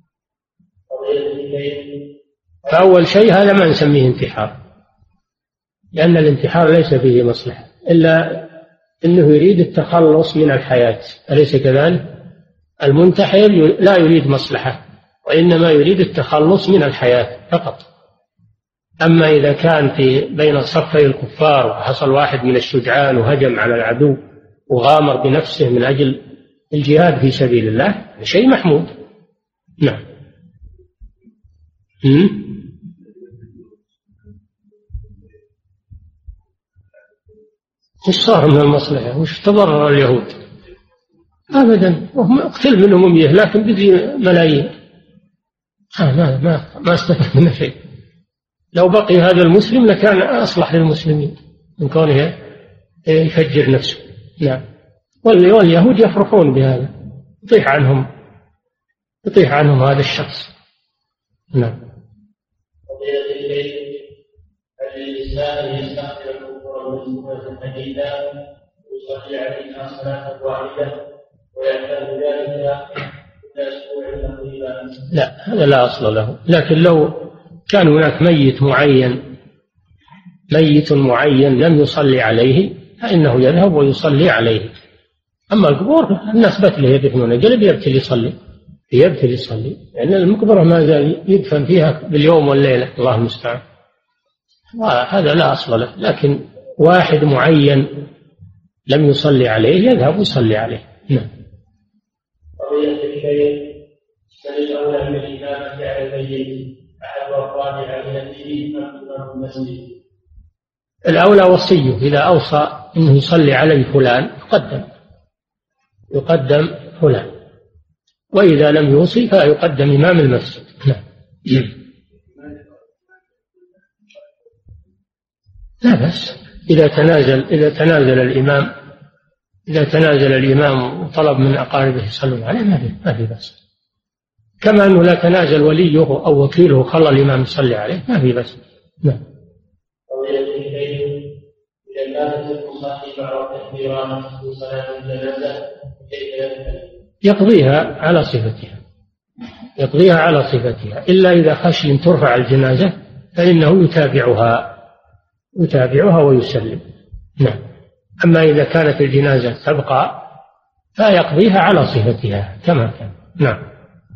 فأول شيء هذا ما نسميه انتحار، لأن الانتحار ليس فيه مصلحة إلا أنه يريد التخلص من الحياة، أليس كذلك؟ المنتحر لا يريد مصلحة وإنما يريد التخلص من الحياة فقط. أما إذا كان في بين صفي الكفار وحصل واحد من الشجعان وهجم على العدو وغامر بنفسه من أجل الجهاد في سبيل الله شيء محمود. نعم. وش صار من المصلحة؟ وش تضرر اليهود؟ أبدا، اقتل منهم مية لكن بدي ملايين. آه ما ما ما استفدنا من شيء. لو بقي هذا المسلم لكان أصلح للمسلمين من كونه يفجر نفسه. نعم. واليهود يفرحون بهذا، يطيح عنهم يطيح عنهم هذا الشخص. نعم. الإنسان يستقبل الكفر والسنة الحديثة ويصلي عليها صلاة واحدة ويعتاد ذلك إلى أسبوع تقريبا؟ لا، هذا لا أصل له. لكن لو كان هناك ميت معين ميت معين لم يصلي عليه فإنه يذهب ويصلي عليه. أما القبور الناس بتله يدفنون، قلب يبتل يصلي يبتل يصلي لأن يعني المقبرة ما زال يدفن فيها باليوم والليلة، الله المستعان. هذا لا أصل له. لكن واحد معين لم يصلي عليه يذهب ويصلي عليه. نعم. قضية الشيء من الأولى من الإمامة على الميت أحد الرابع من الدين أم المسجد؟ الأولى وصيه إذا أوصى أنه يصلي عليه فلان يقدم يقدم فلان، وإذا لم يوصي فيقدم إمام المسجد. نعم. لا بس إذا تنازل إذا تنازل الإمام إذا تنازل الإمام وطلب من أقاربه يصلون عليه ما في ما في بس. كما أنه لا تنازل وليه أو وكيله خلى الإمام يصلي عليه ما في بس. نعم. إذا كانت المصلي مع التكبيرات في صلاة الجنازة يقضيها على صفتها يقضيها على صفتها إلا إذا خشي أن ترفع الجنازة فإنه يتابعها يتابعها ويسلم. نعم. أما إذا كانت الجنازة تبقى فيقضيها على صفتها كما كان. نعم.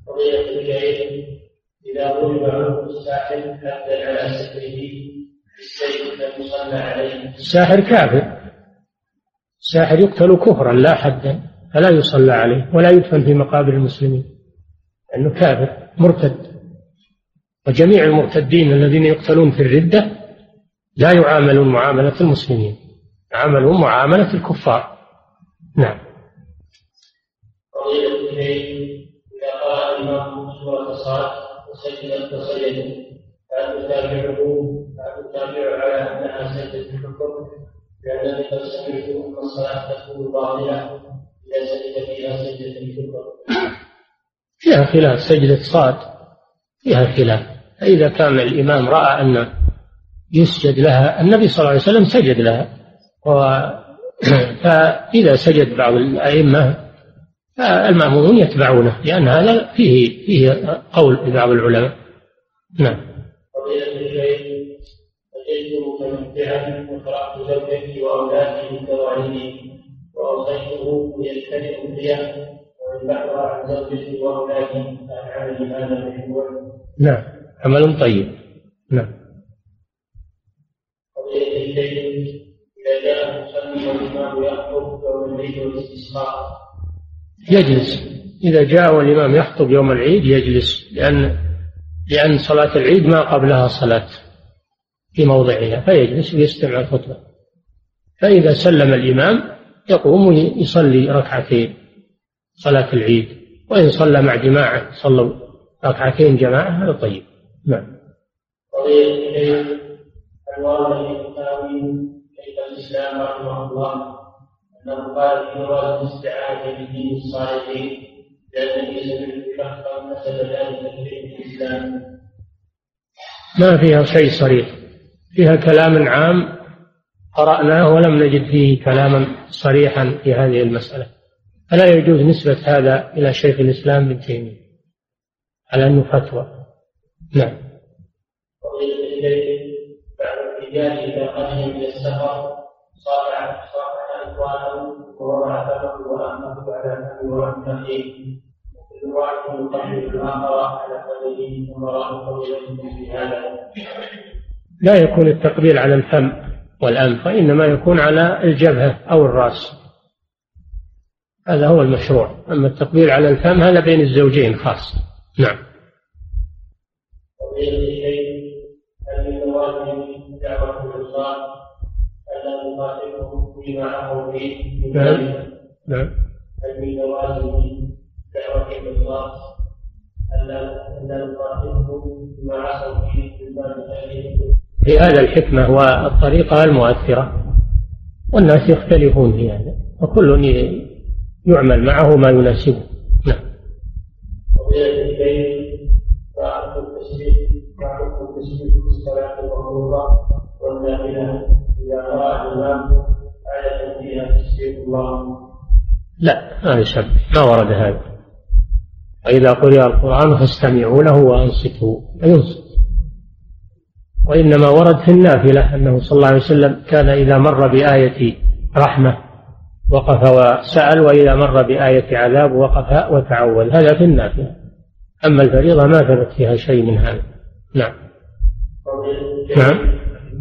إذا ضرب عنه الساحر حتى على سحره بالسيف لم يصلى عليه. الساحر كافر، الساحر يقتل كفرا لا حدا، فلا يصلى عليه ولا يدفن في مقابر المسلمين لأنه كافر مرتد. وجميع المرتدين الذين يقتلون في الردة لا يعاملون معاملة المسلمين، يعاملون معاملة الكفار. نعم. إذا قرأ الإمام سورة الصاد وسجد التصيد فهل تتابعه فهل تتابع على أنها سجدة الحكم؟ لأنني قد سمعت أن الصلاة تكون باطلة إذا سجد فيها سجدة الحكم. فيها خلاف، سجدة صاد فيها خلاف. فإذا كان الإمام رأى أن يسجد لها، النبي صلى الله عليه وسلم سجد لها، فإذا سجد بعض الأئمة فالمأمومون يتبعونه، لأن هذا فيه فيه قول لبعض العلماء. نعم. قضية الشيخ أتيت متمتعا وقرأت زوجتي وأولادي بالتواليد وأوصيته يجتنب الرياء ويبحث عن زوجتي وأولادي عن عمل هذا المشروع. نعم، عمل طيب. نعم. قضية الشيخ إذا جاء المصلي والإمام يخطب يوم العيد والاستسقاء يجلس. إذا جاء والإمام يخطب يوم العيد يجلس، لأن لأن صلاة العيد ما قبلها صلاة في موضعها، فيجلس ويستمع الخطبة. فإذا سلم الإمام يقوم يصلي ركعتين صلاة العيد وإن صلى مع جماعة صلوا ركعتين جماعة هذا طيب. نعم. قضية الوالد التاويل شيخ الإسلام رحمه الله أنه قال في جواز الاستعانة بدين الصالحين لأن في سبيل الشخص نسب ذلك في الإسلام. ما فيها شيء صريح، فيها كلام عام قرأناه ولم نجد فيه كلاما صريحا في هذه المسألة، فلا يجوز نسبة هذا إلى شيخ الإسلام ابن تيمية على أنه فتوى. نعم. بعد الرجال إذا قدم من السفر صافح صافح إخوانه ووضع ثمره وأمه على أمه وأمه وكل واحد يقبل الآخر على فمه ثم رأى قبيلته في هذا. لا يكون التقبيل على الفم والأنف، وإنما يكون على الجبهة أو الرأس، هذا هو المشروع. أما التقبيل على الفم هذا بين الزوجين خاص. نعم. نعم. نعم. من لوازم دعوة الإخلاص ألا نخاطبه بما عصوا فيه من باب التأليف. في هذا الحكمة والطريقة المؤثرة، والناس يختلفون في هذا، وكل يعمل معه ما يناسبه. نعم. وغير البيت وعرف التسبيح وعرف التسبيح في الصلاة المفروضة والنافلة إذا رأى الإمام آية فيها تسبيح الله. لا، ما يسبح، ما ورد هذا. وإذا قرئ القرآن فاستمعوا له وأنصتوا، ينصت. وإنما ورد في النافلة أنه صلى الله عليه وسلم كان إذا مر بآية رحمة وقف وسأل، وإذا مر بآية عذاب وقف وتعوذ، هذا في النافلة. أما الفريضة ما ثبت فيها شيء من هذا. نعم. نعم.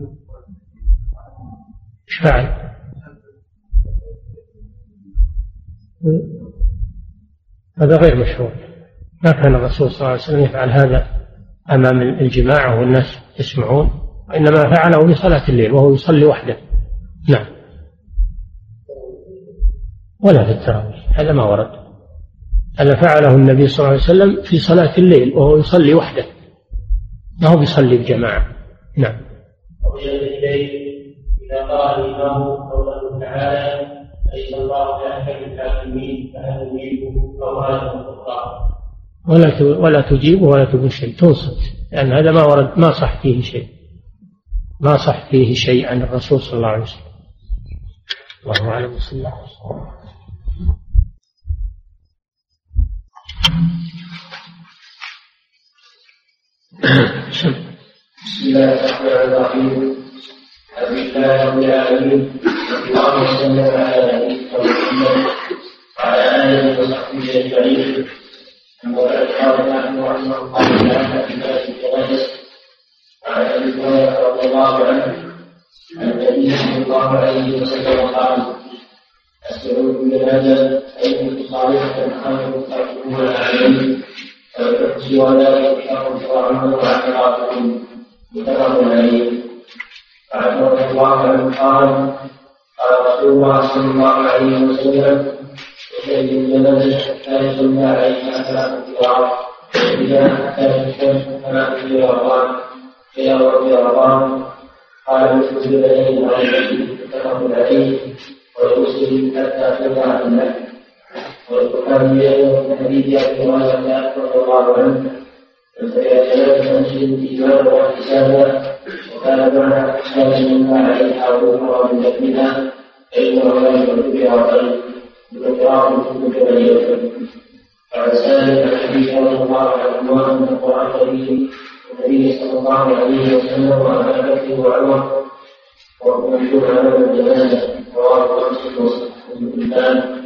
ايش فعل؟ هذا غير مشروع، ما كان الرسول صلى الله عليه وسلم يفعل هذا أمام الجماعة والناس يسمعون، وإنما فعله لصلاة الليل وهو يصلي وحده. نعم. ولا في التراويح، هذا ما ورد. هذا فعله النبي صلى الله عليه وسلم في صلاة الليل وهو يصلي وحده، ما هو يصلي بجماعة. نعم. إذا قال الإمام قوله تعالى ليس الله بأحكم الحاكمين فهل يجيبه أو هذا القرآن ولا ولا تجيبه ولا تقول شيء، تنصت، لأن هذا ما ورد، ما صح فيه شيء، ما صح فيه شيء عن الرسول صلى الله عليه وسلم. الله أعلم. صلى الله عليه وسلم. بسم الله الرحمن الرحيم. الحمد لله رب العالمين، اللهم صل على نبينا محمد وعلى آله وصحبه أجمعين. وقد قال نحن رحمه الله تعالى في باب التوسل عن أبي هريرة رضي الله عنه عن النبي صلى الله عليه وسلم قال: السعود بالهدى أي صالحة خير تركون عليه فالحسن ولا يشرف فرعه واعتراضهم متفق عليه. وعن رضي الله عنه قال: قال رسول الله صلى الله عليه وسلم: يشهد الجنازة حتى يصلى عليها ثلاثة أضعاف، وإذا حتى الشمس ثلاثة رمضان إلى ربي رمضان. قال مسلم بين عليه متفق عليه، ويسلم حتى تطلع النحل. والبخاري في حديث ابي هريره رضي الله عنه: فسيتلبس مسلم الايمان واحتسابا، وكان معنى احسان مما عليه حاضرها من دفنها فانه لا يشرك بها خير باقرار كتب بينه. وعن سالم الحديث رضي الله عنهما ان القران الكريم النبي صلى الله عليه وسلم وابا بكر وعمر وابن على الجنازه رواه مسلم وابن حبان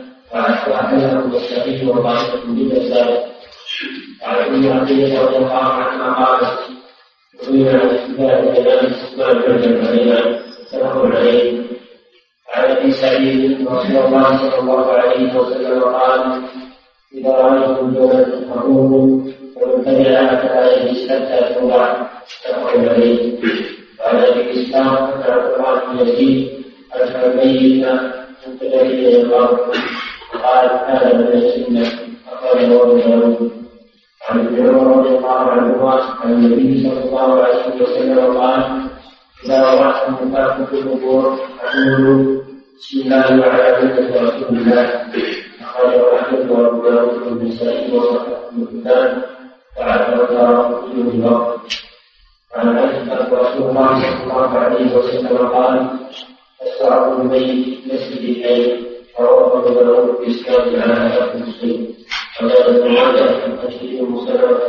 وعن الصحيح وضعيف بالنساء. وعن ابن عقيل رضي الله عنها قالت: أمرنا عن اتباع الجنازة ما نعلم علينا متفق عليه. عن ابي سعيد رضي الله صلى الله عليه وسلم قال: إذا رأيتم الجنازة فقوموا ومن تبعها فلا يجلس حتى توضع متفق عليه. وعن ابي اسحاق عن عبد الله بن يزيد أشهر الميت من تبعه الأرض قال: هذا من السنة أخرجه أخرجه أبو داود. عن ابن عمر رضي الله عنهما عن النبي صلى الله عليه وسلم قال: إذا وضعتم مكافأة في القبور فقولوا بسم الله وعلى ملة رسول الله. أخرجه أحمد وأبو داود والنسائي وصححه ابن حبان وعلى في الوقت. عن أنس رسول الله صلى الله عليه وسلم قال: أسرع الميت مسجد الليل. رواه أبو داود بإسناد على هذا المسلم. وزاد ابن ماجه عن حديث أم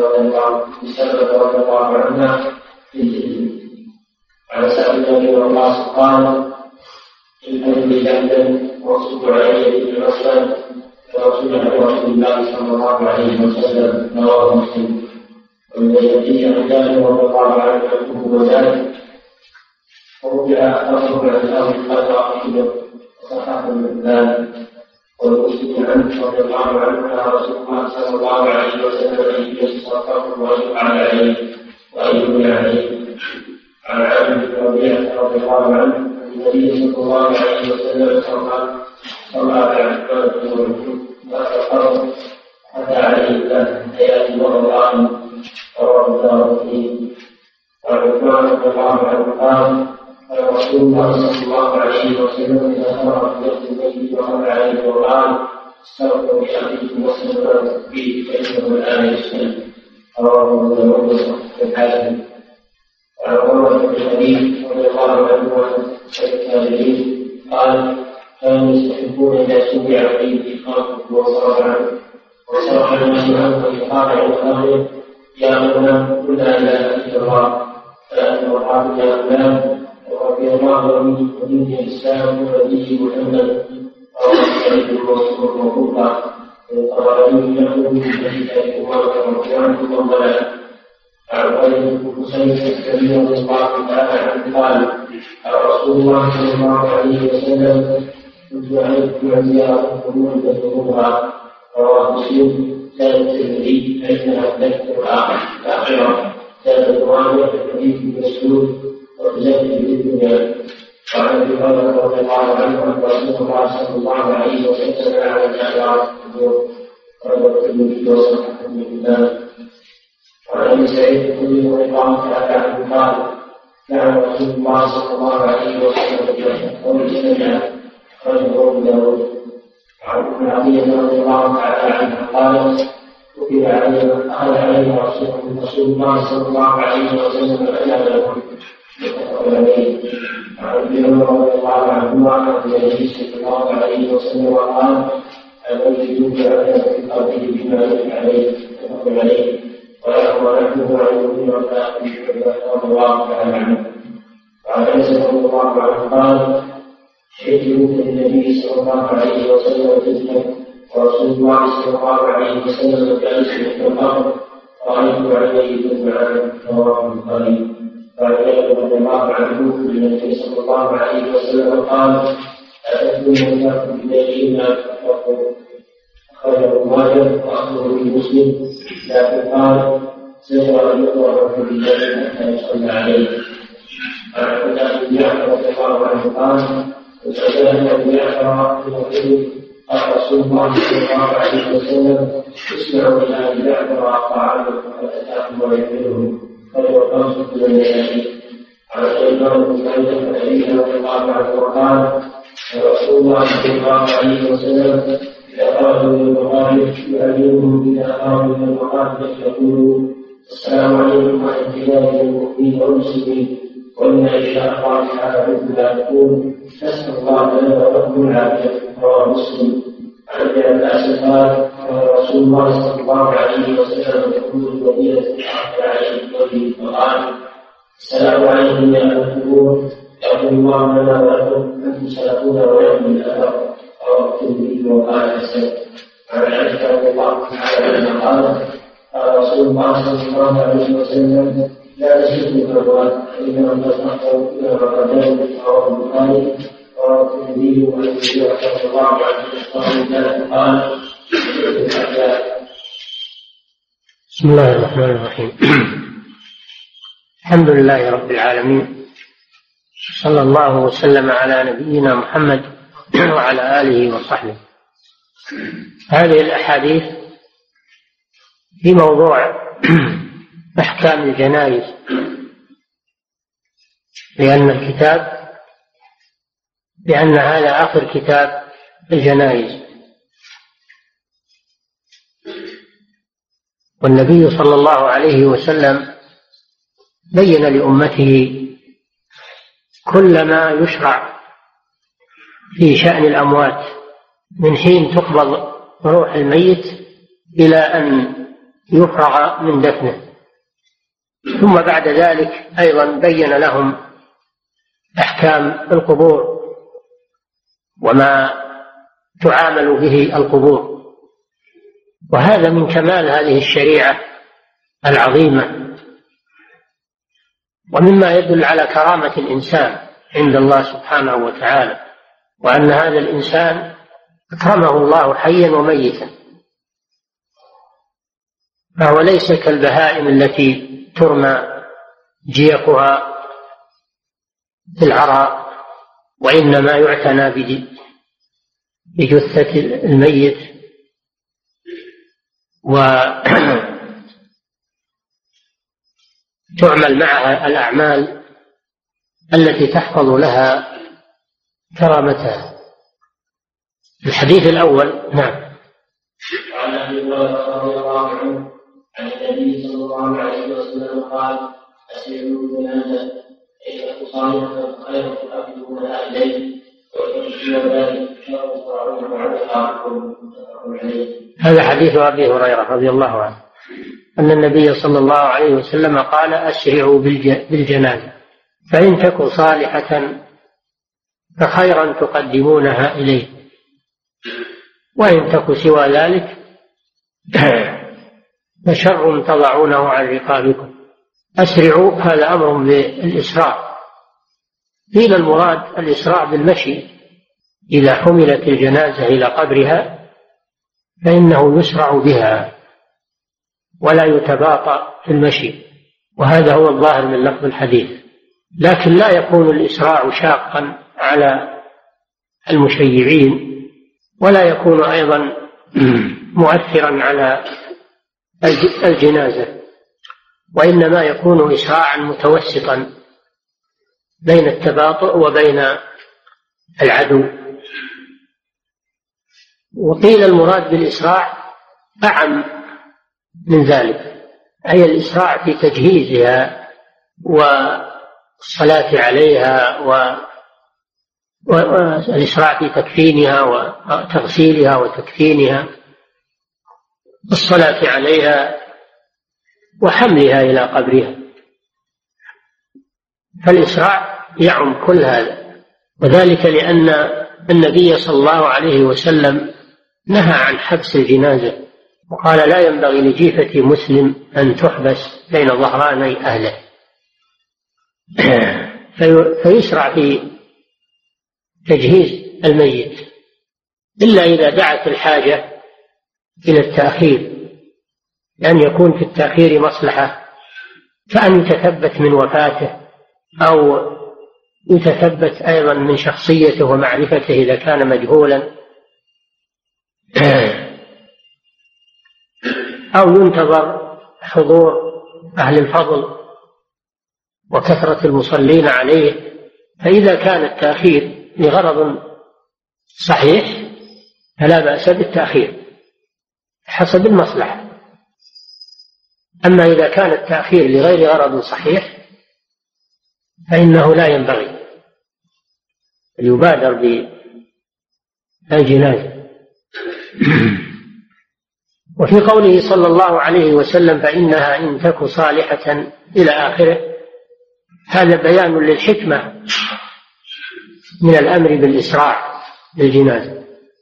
سلمة رضي الله عنها في الجنة. عن سعد بن وقاص قال: إن لي جهلا واصب علي بن مسلم فرسول رسول الله صلى الله عليه وسلم. رواه مسلم. والبيهقي عن جابر رضي الله عنه وذلك ورجع رسول الله القدر وصححه المثال. والمسلم عنه رضي الله عنه أن رسول الله صلى الله عليه وسلم يجلس صفه ويفعل عليه ويبني عليه. عن عبد بن ربيعة رضي الله عنه النبي صلى الله عليه وسلم صلى صلى على عثمان بن مسعود فأخذ حتى عليه ثلاث حيات ورضاه. رواه الدارقطني. وعن عثمان رضي الله عنه قال: قال رسول الله صلى الله عليه وسلم: إذا خرج في المسجد وخرج عليه القرآن استغفر بأخيه وسلم به فإنه الآن يسلم. رواه ابو داود الحاكم. وعن عمر بن الخليل رضي الله عنه عن التابعين قال: كانوا يستحبون إذا سمع فيه إقامته وصرف عنه وصرف الناس عنه وإقامة الآخر: يا غلام قل لا إله إلا الله. فأنه قال: يا غلام ورضي الله عنه ودين الإسلام ونبيه محمد. رواه سعيد الموصول موقوفا. الطبراني يقول في حديث أبي هريرة رضي الله عنه عن قيس بن حسين السري رضي الله تعالى عنه قال: قال رسول الله صلى الله عليه وسلم: كنت أعرفكم عن زيارة القبور تزورونها. رواه مسلم. زاد الترمذي فإنها تذكر الآخرة. زاد الرابع حديث مسعود وتزكي بالدنيا. وعن ابي هريره رضي الله عنه ان رسول الله صلى الله عليه وسلم على زيارة القبور. رواه الترمذي وصححه ابن حبان. وعن ابي سعيد الخدري رضي الله تعالى عنه قال: كان رسول الله صلى الله عليه وسلم قول سمع. أخرجه أبو داود. وعن ابن عطية رضي الله تعالى عنه قال: كتب علي أخذ علي رسول الله صلى الله عليه وسلم فلا لهم. عن ابن عمر رضي الله عنهما عن النبي صلى الله عليه وسلم قال: الذي يوجع في قلبه بما يجب عليه يتفق عليه ويأمر نحن عن ابن رضي الله تعالى عنه. وعن انس رضي الله عنه قال: شهدت النبي صلى الله عليه وسلم فتنه ورسول الله صلى الله عليه وسلم جالس في الارض رايت عليه بالمعان. رواه البخاري. وعن جابر رضي الله عنه ان النبي صلى الله عليه وسلم قال: أتدرون ما في الليل ما تفرقون. أخرجه ابن ماجه وأخرجه في مسلم. لكن قال: سيرى أن يقرأ في الليل حتى يصلى عليه. عن عبد الله بن جعفر رضي الله عنه قال: وسألنا بن جعفر يقول: قال رسول الله صلى الله عليه وسلم: اسمعوا إلى أبي جعفر طعامه فأتاكم ويحملهم فهو خمسة من الليالي. عن سلمان بن سعيد الخدري رضي الله عنه قال: رسول الله صلى الله عليه وسلم إذا خرجوا من المغارب يعلمهم إذا خرجوا من المغارب يقولوا: السلام عليكم ورحمة الله المؤمنين والمسلمين. وإنا إذا أخرج على مثل لا تقول: نسأل الله لنا ولكم العافية. رواه مسلم. عن ابن عباس قال: قال رسول الله صلى الله عليه وسلم يقول المدينة الحق عليه وجه القرآن: السلام عليكم يا أهل القبور يغفر الله لنا ولكم أنتم سلفون ولكم الأثر. رواه الترمذي وقال حسن. عن عائشة رضي الله تعالى عنها قالت: قال رسول الله صلى الله عليه وسلم: لا تشركوا بالأموات فإنما تصنعوا إلى الرجال. رواه البخاري. رواه الترمذي وعن ابي هريرة رضي الله عنه قال: بسم الله الرحمن الرحيم. الحمد لله رب العالمين، صلى الله وسلم على نبينا محمد وعلى آله وصحبه. هذه الأحاديث في موضوع أحكام الجنائز، لأن الكتاب لأن هذا آخر كتاب الجنائز، والنبي صلى الله عليه وسلم بين لأمته كل ما يشرع في شأن الأموات من حين تقبض روح الميت إلى أن يفرغ من دفنه، ثم بعد ذلك أيضا بين لهم أحكام القبور وما تعامل به القبور. وهذا من كمال هذه الشريعة العظيمة، ومما يدل على كرامة الإنسان عند الله سبحانه وتعالى، وأن هذا الإنسان أكرمه الله حيا وميتا، فهو ليس كالبهائم التي ترمى جيفها في العراء، وإنما يعتنى بجثة الميت وتعمل معها الأعمال التي تحفظ لها كرامتها. الحديث الأول. نعم. عن أبي هريرة رضي الله عنه عن النبي صلى الله عليه وسلم قال: أسرعوا بالجنازة فإن صالحا خير تقدمونها إليه وتمشي ذلك شر صاعون عليكم. هذا حديث أبي هريرة رضي الله عنه أن النبي صلى الله عليه وسلم قال: أسرعوا بالجنازة فإن تك صالحة فخيرا تقدمونها إليه، وإن تك سوى ذلك فشر تضعونه عن رقابكم. أسرعوا هذا أمر بالإسراع، قيل المراد الإسراع بالمشي، إذا حملت الجنازة إلى قبرها فإنه يسرع بها ولا يتباطأ في المشي، وهذا هو الظاهر من لفظ الحديث. لكن لا يكون الإسراع شاقا على المشيعين، ولا يكون أيضا مؤثرا على الجنازة، وإنما يكون إسراعا متوسطا بين التباطؤ وبين العدو. وقيل المراد بالإسراع أعم من ذلك، أي الإسراع في تجهيزها والصلاة عليها والإسراع في تكفينها وتغسيلها وتكفينها، الصلاة عليها وحملها إلى قبرها، فالإسراع يعم كل هذا، وذلك لأن النبي صلى الله عليه وسلم نهى عن حبس الجنازة، وقال: لا ينبغي لجيفة مسلم أن تحبس بين ظهراني أهله. فيسرع في تجهيز الميت، إلا إذا دعت الحاجة إلى التأخير، لأن يكون في التأخير مصلحة، كأن يتثبت من وفاته أو يتثبت أيضا من شخصيته ومعرفته إذا كان مجهولا، أو ينتظر حضور أهل الفضل وكثرة المصلين عليه. فإذا كان التأخير لغرض صحيح فلا بأس بالتأخير حسب المصلحة. أما إذا كان التأخير لغير غرض صحيح فإنه لا ينبغي، يبادر بالجنازة. وفي قوله صلى الله عليه وسلم: فإنها إن تك صالحة إلى آخره، هذا بيان للحكمة من الأمر بالإسراع للجنازة،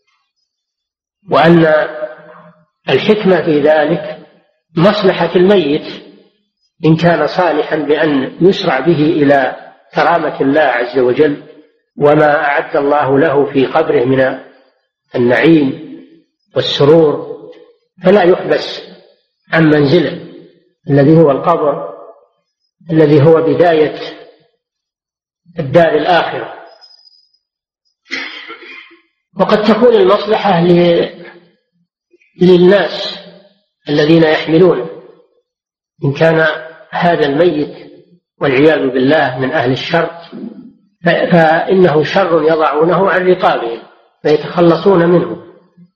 وأن الحكمة في ذلك مصلحة الميت إن كان صالحا بأن يسرع به إلى كرامة الله عز وجل وما أعد الله له في قبره من النعيم والسرور، فلا يحبس عن منزله الذي هو القبر، الذي هو بداية الدار الآخرة. وقد تكون المصلحة للناس الذين يحملونه، إن كان هذا الميت والعياذ بالله من أهل الشر فإنه شر يضعونه عن رقابهم فيتخلصون منه.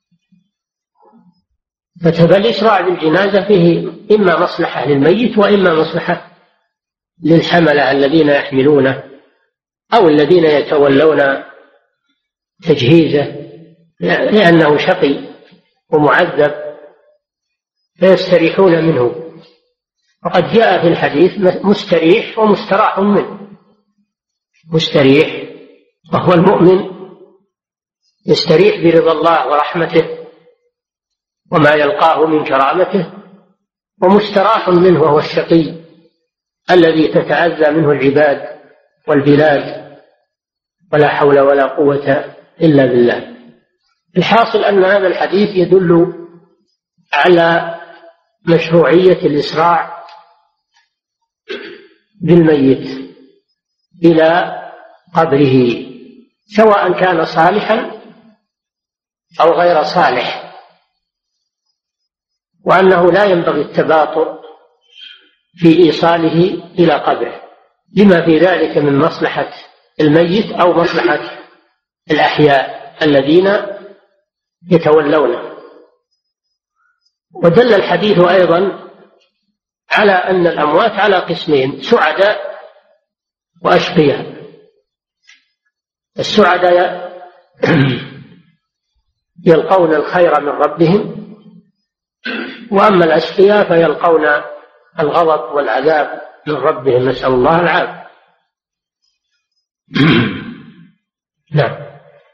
فالإسراع بالجنازة فيه إما مصلحة للميت وإما مصلحة للحملة الذين يحملونه أو الذين يتولون تجهيزه، لأنه شقي ومعذب فيستريحون منه. وقد جاء في الحديث مستريح ومستراح منه. مستريح وهو المؤمن يستريح برضا الله ورحمته وما يلقاه من كرامته، ومستراح منه وهو الشقي الذي تتأذى منه العباد والبلاد ولا حول ولا قوة إلا بالله. الحاصل أن هذا الحديث يدل على مشروعية الإسراع بالميت إلى قبره سواء كان صالحا أو غير صالح، وأنه لا ينبغي التباطؤ في إيصاله إلى قبره لما في ذلك من مصلحة الميت أو مصلحة الأحياء الذين يتولونه. ودل الحديث أيضا على أن الأموات على قسمين: سعداء وأشقياء. السعداء يلقون الخير من ربهم، وأما الأشقياء فيلقون الغضب والعذاب من ربهم، نسأل الله العافية. نعم.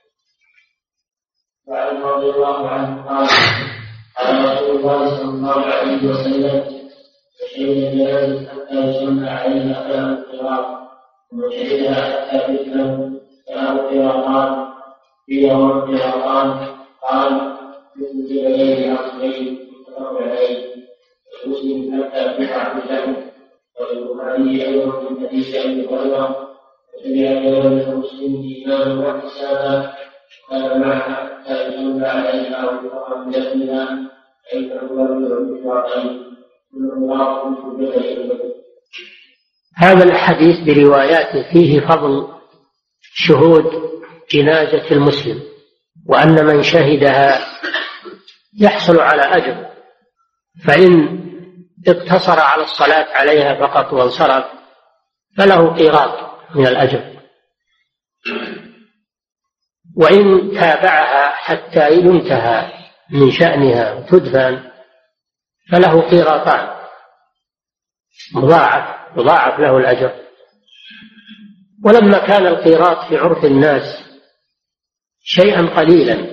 وعن رضي الله عنه قال قال رسول الله صلى الله عليه وسلم: شهد جنازة حتى يسمى عليها ثلاث قراءات، وشهدها حتى تسلم ثلاث قراءات في يوم قراءان. قال: مثل جبلين عظيمين متفق عليه. المسلم حتى تسعة سنة. والبخاري أيضا من حديث أبي هريرة: وسمع جلالة المسلم إيمانا واحتسابا قال معها حتى يسمى عليها ويقام بدفنها أي تقبل بالشرعين. هذا الحديث برواياته فيه فضل شهود جنازة المسلم، وأن من شهدها يحصل على أجر، فإن اقتصر على الصلاة عليها فقط وانصرف فله قيراط من الأجر، وإن تابعها حتى ينتهى من شأنها وتدفن فله قيراطان مضاعف مضاعف له الأجر. ولما كان القيراط في عرف الناس شيئا قليلا،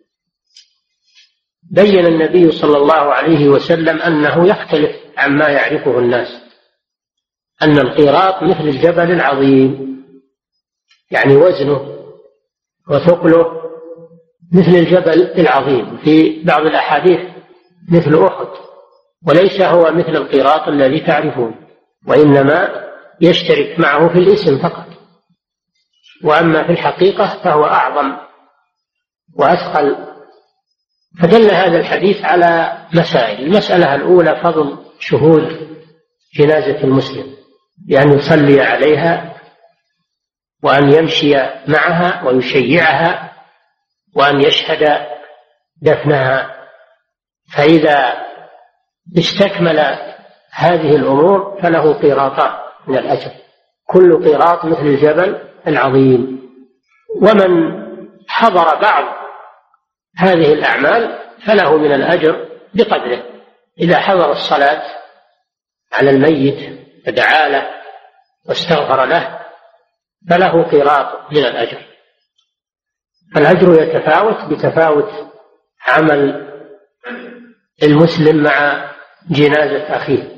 بين النبي صلى الله عليه وسلم أنه يختلف عما يعرفه الناس، أن القيراط مثل الجبل العظيم، يعني وزنه وثقله مثل الجبل العظيم، في بعض الأحاديث مثل أحد، وليس هو مثل القيراط الذي تعرفون، وإنما يشترك معه في الاسم فقط، وأما في الحقيقة فهو أعظم وأثقل. فدل هذا الحديث على مسائل. المسألة الأولى فضل شهود جنازة المسلم، بأن يصلي عليها وأن يمشي معها ويشيعها وأن يشهد دفنها. فإذا استكمل هذه الأمور فله قيراطان من الأجر، كل قيراط مثل الجبل العظيم. ومن حضر بعض هذه الأعمال فله من الأجر بقدره. إذا حضر الصلاة على الميت فدعا له واستغفر له فله قيراط من الأجر. فالأجر يتفاوت بتفاوت عمل المسلم مع جنازة أخيه.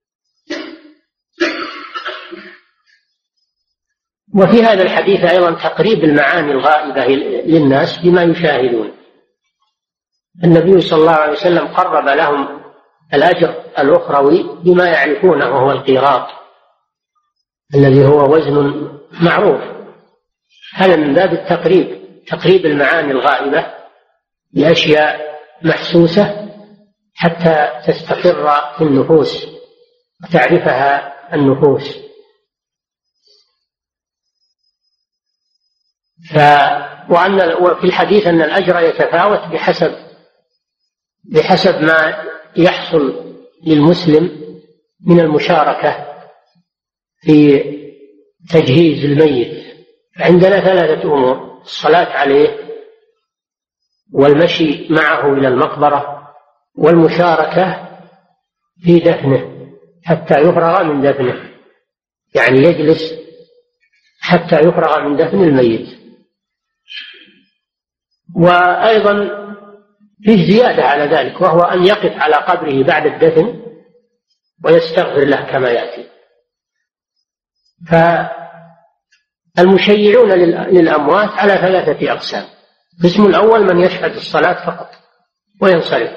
وفي هذا الحديث أيضا تقريب المعاني الغائبة للناس بما يشاهدون. النبي صلى الله عليه وسلم قرب لهم الأجر الأخروي بما يعرفونه، وهو القيراط الذي هو وزن معروف. هذا من باب التقريب، تقريب المعاني الغائبة لأشياء محسوسة حتى تستقر في النفوس وتعرفها النفوس. ف وأن وفي الحديث أن الأجر يتفاوت بحسب بحسب ما يحصل للمسلم من المشاركة في تجهيز الميت. عندنا ثلاثة أمور: الصلاة عليه، والمشي معه إلى المقبرة، والمشاركة في دفنه حتى يفرغ من دفنه، يعني يجلس حتى يفرغ من دفن الميت. وأيضا فيه زيادة على ذلك، وهو أن يقف على قبره بعد الدفن ويستغفر له كما يأتي. فالمشيعون للأموات على ثلاثة أقسام: القسم الأول من يشهد الصلاة فقط وينصرف،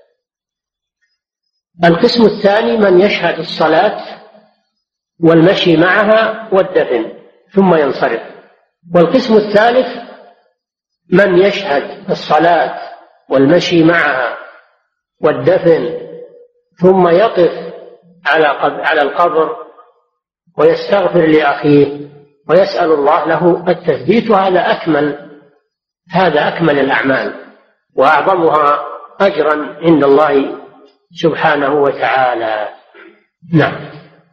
القسم الثاني من يشهد الصلاة والمشي معها والدفن ثم ينصرف، والقسم الثالث من يشهد الصلاة والمشي معها والدفن ثم يقف على القبر ويستغفر لأخيه ويسأل الله له التثبيت. وهذا أكمل هذا أكمل الأعمال وأعظمها أجرا عند الله سبحانه وتعالى. نعم.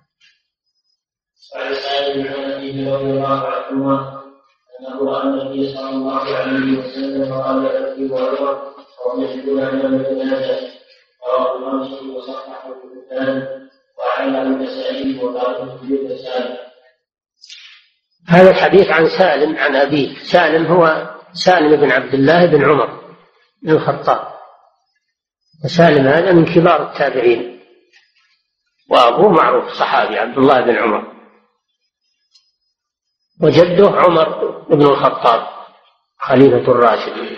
وعن سعيد بن أبي رضي الله عنهما أنه رأى النبي صلى الله عليه وسلم قال أبي وعمر وهم يشهدون أمام الجنازة، رواه مسلم وصححه البخاري وعلّه النسائي وقال في سالم. هذا الحديث عن سالم عن أبيه. سالم هو سالم بن عبد الله بن عمر بن الخطاب، وسالم هذا من كبار التابعين، وأبوه معروف صحابي عبد الله بن عمر، وجده عمر بن الخطاب خليفة الراشد.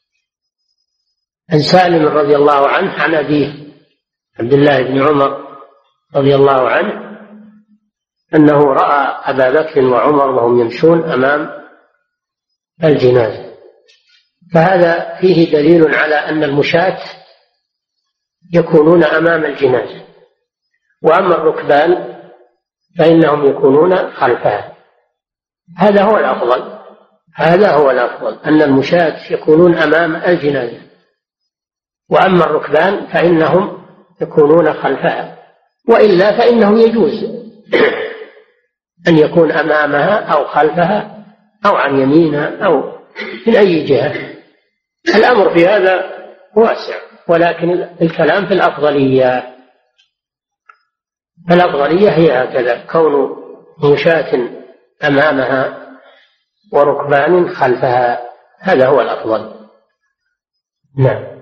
عن سالم رضي الله عنه عن أبيه عبد الله بن عمر رضي الله عنه أنه رأى أبا بكر وعمر وهم يمشون أمام الجنازة. فهذا فيه دليل على أن المشاة يكونون أمام الجنازة، وأما الركبان فإنهم يكونون خلفها. هذا هو الأفضل هذا هو الأفضل أن المشاة يكونون أمام الجنازة، وأما الركبان فإنهم يكونون خلفها، وإلا فإنه يجوز أن يكون أمامها أو خلفها أو عن يمينها أو من أي جهة. الأمر في هذا واسع، ولكن الكلام في الأفضلية. الأفضلية هي هكذا: كون مشاة أمامها وركبان خلفها، هذا هو الأفضل. نعم.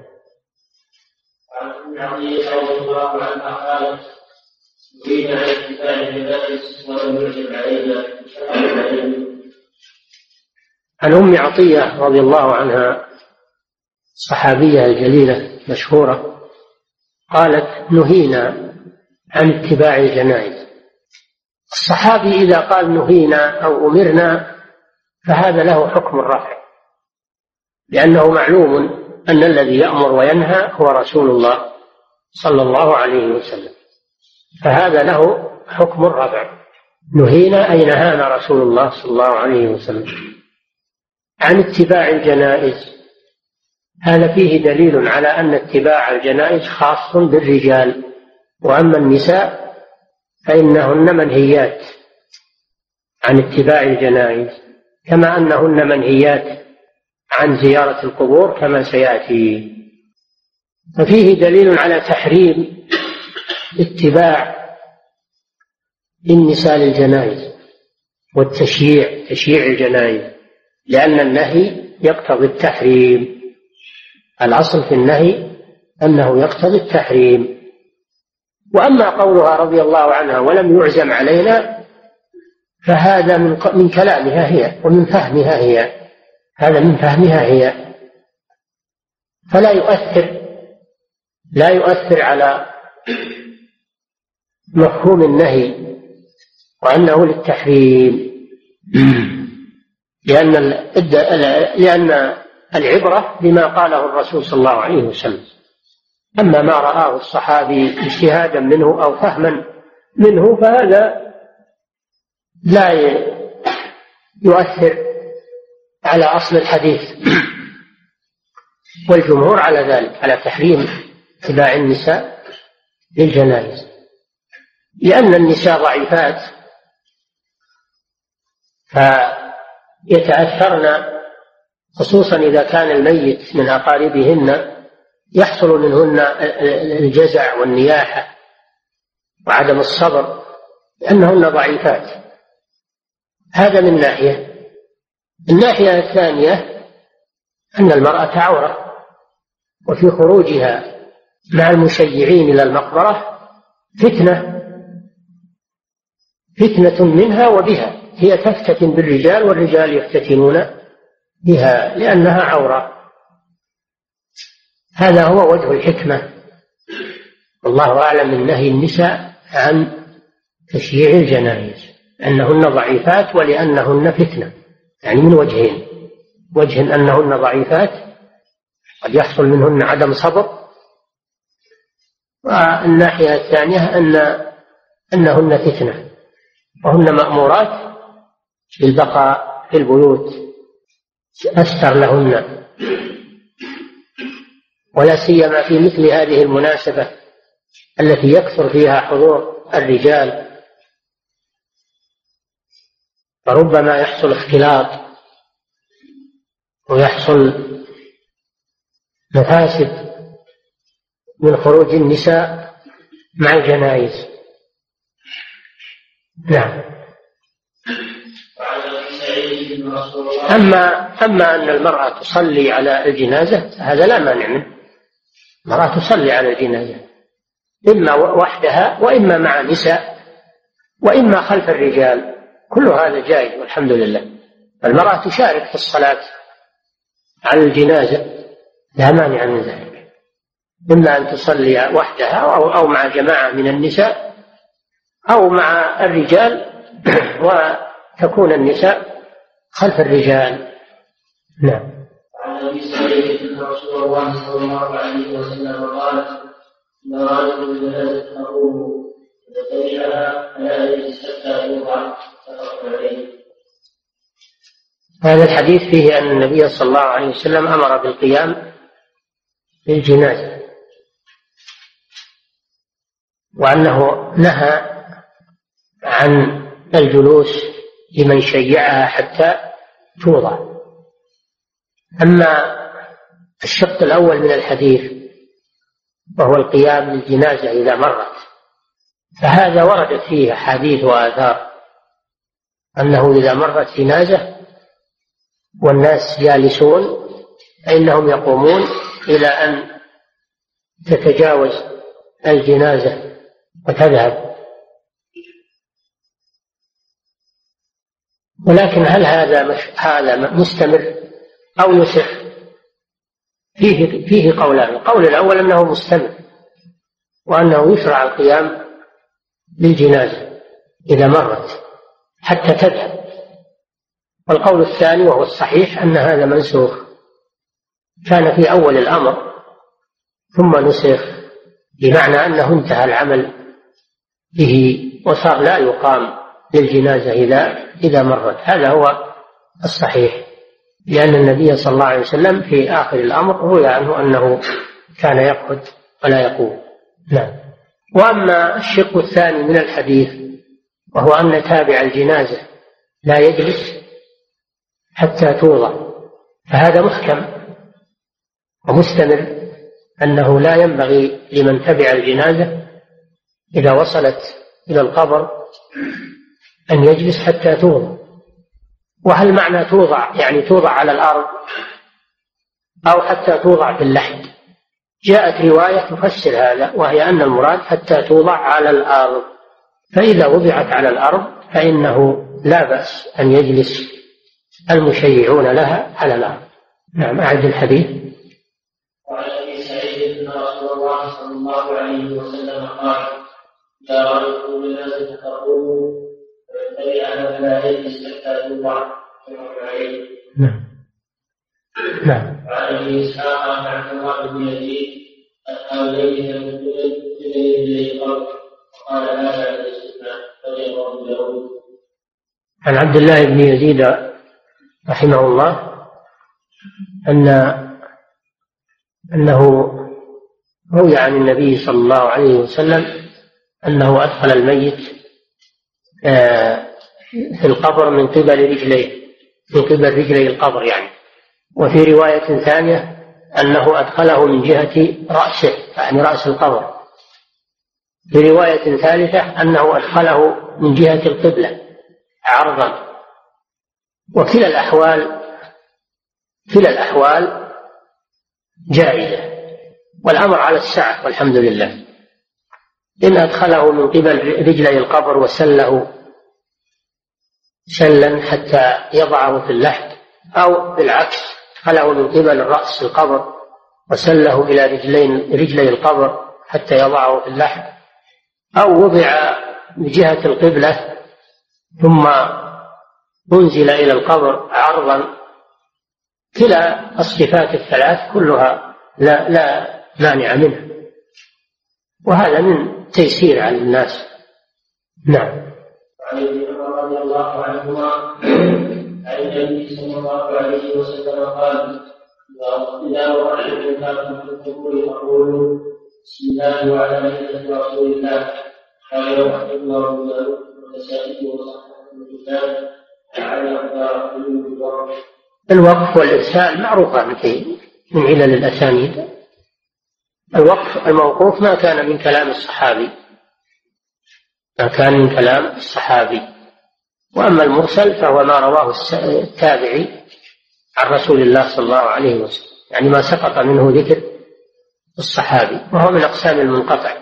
عن علي رضي الله عنها قالت: أريد عن اتباع المدارس ولم يجب علينا. عن أم عطية رضي الله عنها الصحابية الجليلة مشهورة قالت: نهينا عن اتباع الجنائز. الصحابي إذا قال نهينا أو أمرنا فهذا له حكم الرفع، لأنه معلوم أن الذي يأمر وينهى هو رسول الله صلى الله عليه وسلم، فهذا له حكم الرفع. نهينا أي نهانا رسول الله صلى الله عليه وسلم عن اتباع الجنائز. هذا فيه دليل على أن اتباع الجنائز خاص بالرجال، وأما النساء فإنهن منهيات عن اتباع الجنائز، كما أنهن منهيات عن زيارة القبور كما سيأتي. ففيه دليل على تحريم اتباع النساء للجنائز والتشييع تشييع الجنائز، لأن النهي يقتضي التحريم. الأصل في النهي أنه يقتضي التحريم. وأما قولها رضي الله عنها ولم يعزم علينا فهذا من من كلامها هي ومن فهمها هي، هذا من فهمها هي، فلا يؤثر لا يؤثر على مفهوم النهي وأنه للتحريم، لأن لأن العبرة بما قاله الرسول صلى الله عليه وسلم، أما ما رآه الصحابي اجتهادا منه أو فهما منه فهذا لا يؤثر على أصل الحديث. والجمهور على ذلك، على تحريم اتباع النساء للجنائز، لأن النساء ضعيفات فيتأثرن، خصوصا إذا كان الميت من أقاربهن يحصل منهن الجزع والنياحة وعدم الصبر لأنهن ضعيفات. هذا من ناحية. الناحية الثانية أن المرأة عورة، وفي خروجها مع المشيعين إلى المقبرة فتنة فتنة منها وبها، هي تفتتن بالرجال والرجال يفتتنون بها لأنها عورة. هذا هو وجه الحكمة، والله أعلم من نهي النساء عن تشييع الجنائز، أنهن ضعيفات ولأنهن فتنة، يعني من وجهين: وجه أنهن ضعيفات قد يحصل منهن عدم صبر، والناحية الثانية أن أنهن فتنة وهن مأمورات بالبقاء في البيوت أستر لهن، ولا سيما في مثل هذه المناسبة التي يكثر فيها حضور الرجال، فربما يحصل اختلاط ويحصل مفاسد من خروج النساء مع الجنائز. نعم. أما أما أن المرأة تصلي على الجنازة هذا لا مانع منه، المرأة تصلي على الجنازة إما وحدها وإما مع نساء وإما خلف الرجال، كل هذا جائز والحمد لله. المرأة تشارك في الصلاة على الجنازة لا مانع من ذلك، إما أن تصلي وحدها أو, أو مع جماعة من النساء أو مع الرجال وتكون النساء خلف الرجال. نعم. عن ابي سعيد ان رسول الله صلى الله عليه وسلم قال: ان رجل الجنازه تقوم فتبعها فلا يجلس حتى يوضع، متفق عليه. هذا الحديث فيه ان النبي صلى الله عليه وسلم امر بالقيام للجنازه، وانه نهى عن الجلوس لمن شيعها حتى توضع. أما الشق الأول من الحديث وهو القيام للجنازة إذا مرت، فهذا وردت فيه أحاديث وآثار أنه إذا مرت جنازة والناس جالسون فإنهم يقومون إلى أن تتجاوز الجنازة وتذهب. ولكن هل هذا مش هذا مستمر أو يسح؟ فيه فيه قولان. القول الأول أنه مستمر وأنه يشرع القيام للجنازة إذا مرت حتى تذهب. والقول الثاني وهو الصحيح أن هذا منسوخ، كان في أول الأمر ثم نسخ، بمعنى أنه انتهى العمل به وصار لا يقام للجنازة إذا إذا مرت. هذا هو الصحيح، لأن النبي صلى الله عليه وسلم في آخر الأمر روي عنه أنه كان يقعد ولا يقوم. نعم. وأما الشق الثاني من الحديث وهو أن تابع الجنازة لا يجلس حتى توضع، فهذا محكم ومستمر، أنه لا ينبغي لمن تبع الجنازة إذا وصلت إلى القبر أن يجلس حتى توضع. وهل معنى توضع يعني توضع على الأرض أو حتى توضع في اللحد؟ جاءت رواية تفسر هذا، وهي أن المراد حتى توضع على الأرض، فإذا وضعت على الأرض فإنه لا بأس أن يجلس المشيعون لها على الأرض. نعم. أعد الحديث. وعن أبي سعيد أن رسول الله صلى الله عليه وسلم قال: إذا رأيتم الناس تقوموا فاتبعها فلا يجلس حتى توضع، متفق عليه. نعم. نعم. وعن ابي اسحاق عن عبد الله بن يزيد أولئك من إليه الأرض قال هذا الاستثناء فغير له. عن عبد الله بن يزيد رحمه الله أن أنه روي عن النبي صلى الله عليه وسلم أنه أدخل الميت في القبر من قبل رجليه، من قبل رجلي القبر يعني. وفي رواية ثانية أنه أدخله من جهة رأسه يعني رأس القبر. في رواية ثالثة أنه أدخله من جهة القبلة عرضا. وكلا الأحوال كلا الأحوال جائزة، والأمر على السعة والحمد لله. إن أدخله من قبل رجلي القبر وسله سلا حتى يضعه في اللحد، أو بالعكس أدخله من قبل رأس القبر وسله إلى رجلين رجلي القبر حتى يضعه في اللحد، أو وضع بجهة القبلة ثم أنزل إلى القبر عرضا، كلا الصفات الثلاث كلها لا, لا مانع منها، وهذا من تيسير على الناس. نعم. وعن ابن عمر رضي الله عنهما عن النبي صلى الله عليه وسلم قال: إذا وقعتم كافر في القبور فقولوا بسم الله وعلى ملة رسول الله. قال يوحد الله له وتسائله وصحبه الكتاب على أخبار الوقف. الوقف والإرسال معروفة من علل الأسانيد. الوقف الموقوف ما كان من كلام الصحابي، ما كان من كلام الصحابي. وأما المرسل فهو ما رواه التابعي عن رسول الله صلى الله عليه وسلم، يعني ما سقط منه ذكر الصحابي، وهو من أقسام المنقطع.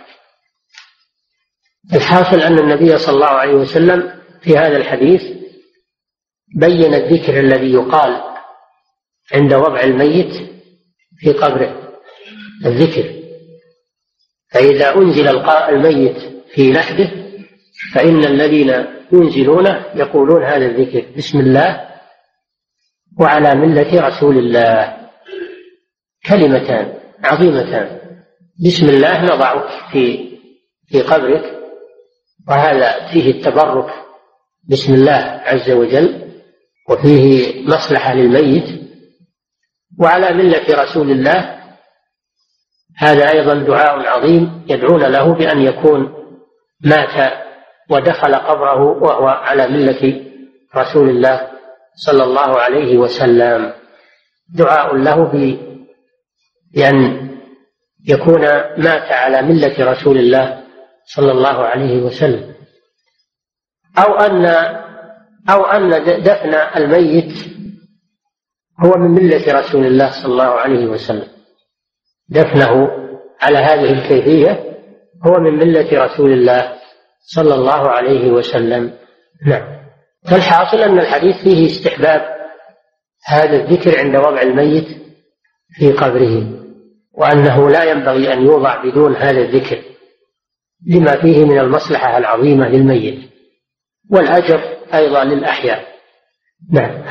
الحاصل أن النبي صلى الله عليه وسلم في هذا الحديث بين الذكر الذي يقال عند وضع الميت في قبره، الذكر. فإذا أنزل الميت في لحده فإن الذين ينزلونه يقولون هذا الذكر: بسم الله وعلى ملة رسول الله. كلمتان عظيمتان. بسم الله نضعك في في قبرك، وهذا فيه التبرك بسم الله عز وجل، وفيه مصلحة للميت. وعلى ملة رسول الله هذا أيضا دعاء عظيم يدعون له بأن يكون مات ودخل قبره وهو على ملة رسول الله صلى الله عليه وسلم. دعاء له بأن يكون مات على ملة رسول الله صلى الله عليه وسلم، أو أن أو أن دفن الميت هو من ملة رسول الله صلى الله عليه وسلم. دفنه على هذه الكيفية هو من ملة رسول الله صلى الله عليه وسلم. نعم. فالحاصل أن الحديث فيه استحباب هذا الذكر عند وضع الميت في قبره، وأنه لا ينبغي أن يوضع بدون هذا الذكر لما فيه من المصلحة العظيمة للميت والأجر أيضا للأحياء. نعم.